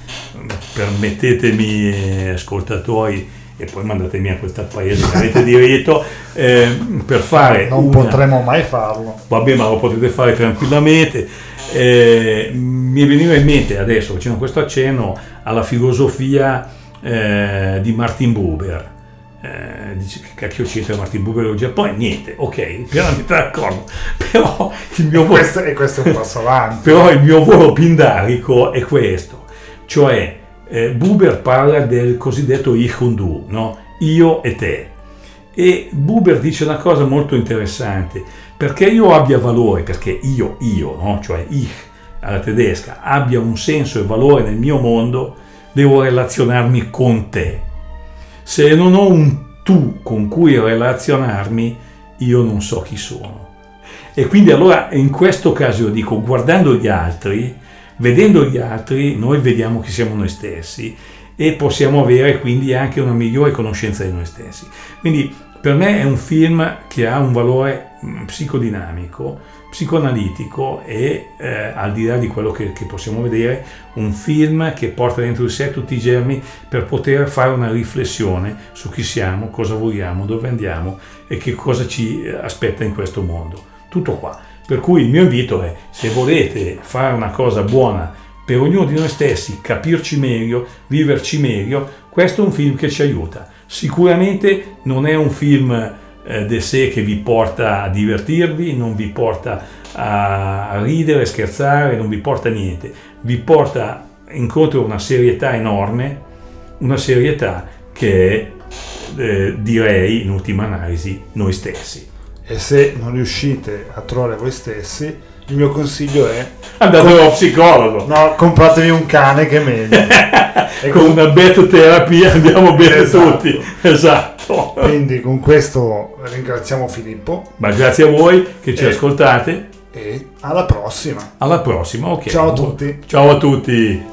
permettetemi ascoltatori, e poi mandatemi a questa paese che avete diritto, eh, per fare... Non una... potremo mai farlo. Vabbè, ma lo potete fare tranquillamente. Eh, mi veniva in mente adesso, facendo questo accenno, alla filosofia eh, di Martin Buber. Eh, dice che cacchio c'entra Martin Buber con il Giappone? Niente, ok, pienamente d'accordo, però il mio volo, questo, e questo è un passo avanti. Però il mio volo pindarico è questo, cioè eh, Buber parla del cosiddetto Ich und Du, no? Io e te, e Buber dice una cosa molto interessante: perché io abbia valore, perché io, io, no? Cioè ich alla tedesca, abbia un senso e valore nel mio mondo, devo relazionarmi con te. Se non ho un tu con cui relazionarmi, io non so chi sono. E quindi allora in questo caso io dico, guardando gli altri, vedendo gli altri, noi vediamo chi siamo noi stessi e possiamo avere quindi anche una migliore conoscenza di noi stessi. Quindi per me è un film che ha un valore psicodinamico, psicoanalitico e eh, al di là di quello che, che possiamo vedere, un film che porta dentro di sé tutti i germi per poter fare una riflessione su chi siamo, cosa vogliamo, dove andiamo e che cosa ci aspetta in questo mondo. Tutto qua. Per cui il mio invito è, se volete fare una cosa buona per ognuno di noi stessi, capirci meglio, viverci meglio, questo è un film che ci aiuta. Sicuramente non è un film de sé che vi porta a divertirvi, non vi porta a ridere, scherzare, non vi porta a niente, vi porta incontro a una serietà enorme, una serietà che è, eh, direi in ultima analisi, noi stessi. E se non riuscite a trovare voi stessi, il mio consiglio è andate dallo psicologo. No, compratevi un cane che è meglio. E con una betoterapia andiamo bene esatto. tutti. Esatto. Quindi con questo ringraziamo Filippo. Ma grazie a voi che ci e, ascoltate. E alla prossima. Alla prossima, ok. Ciao a tutti. Ciao a tutti.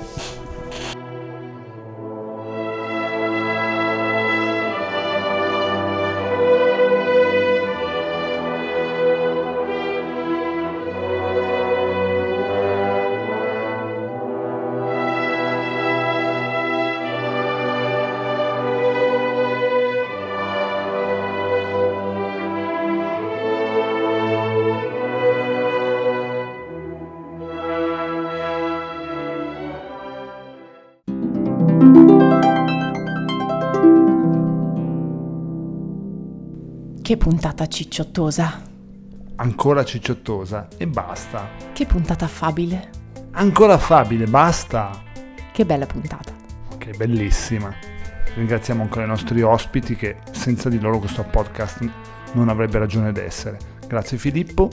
Che puntata cicciottosa. Ancora cicciottosa e basta. Che puntata affabile. Ancora affabile, basta. Che bella puntata. Che bellissima. Ringraziamo ancora i nostri ospiti che senza di loro questo podcast non avrebbe ragione d'essere. Grazie Filippo,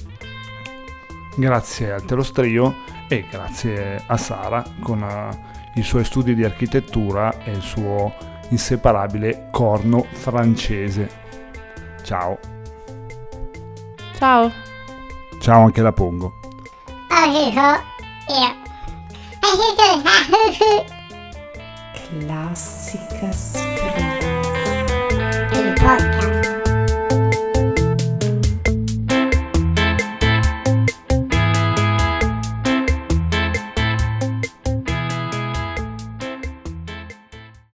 grazie al Telostrio e grazie a Sara con uh, i suoi studi di architettura e il suo inseparabile corno francese. Ciao. Ciao. Ciao anche da Pongo. Classica spirituale.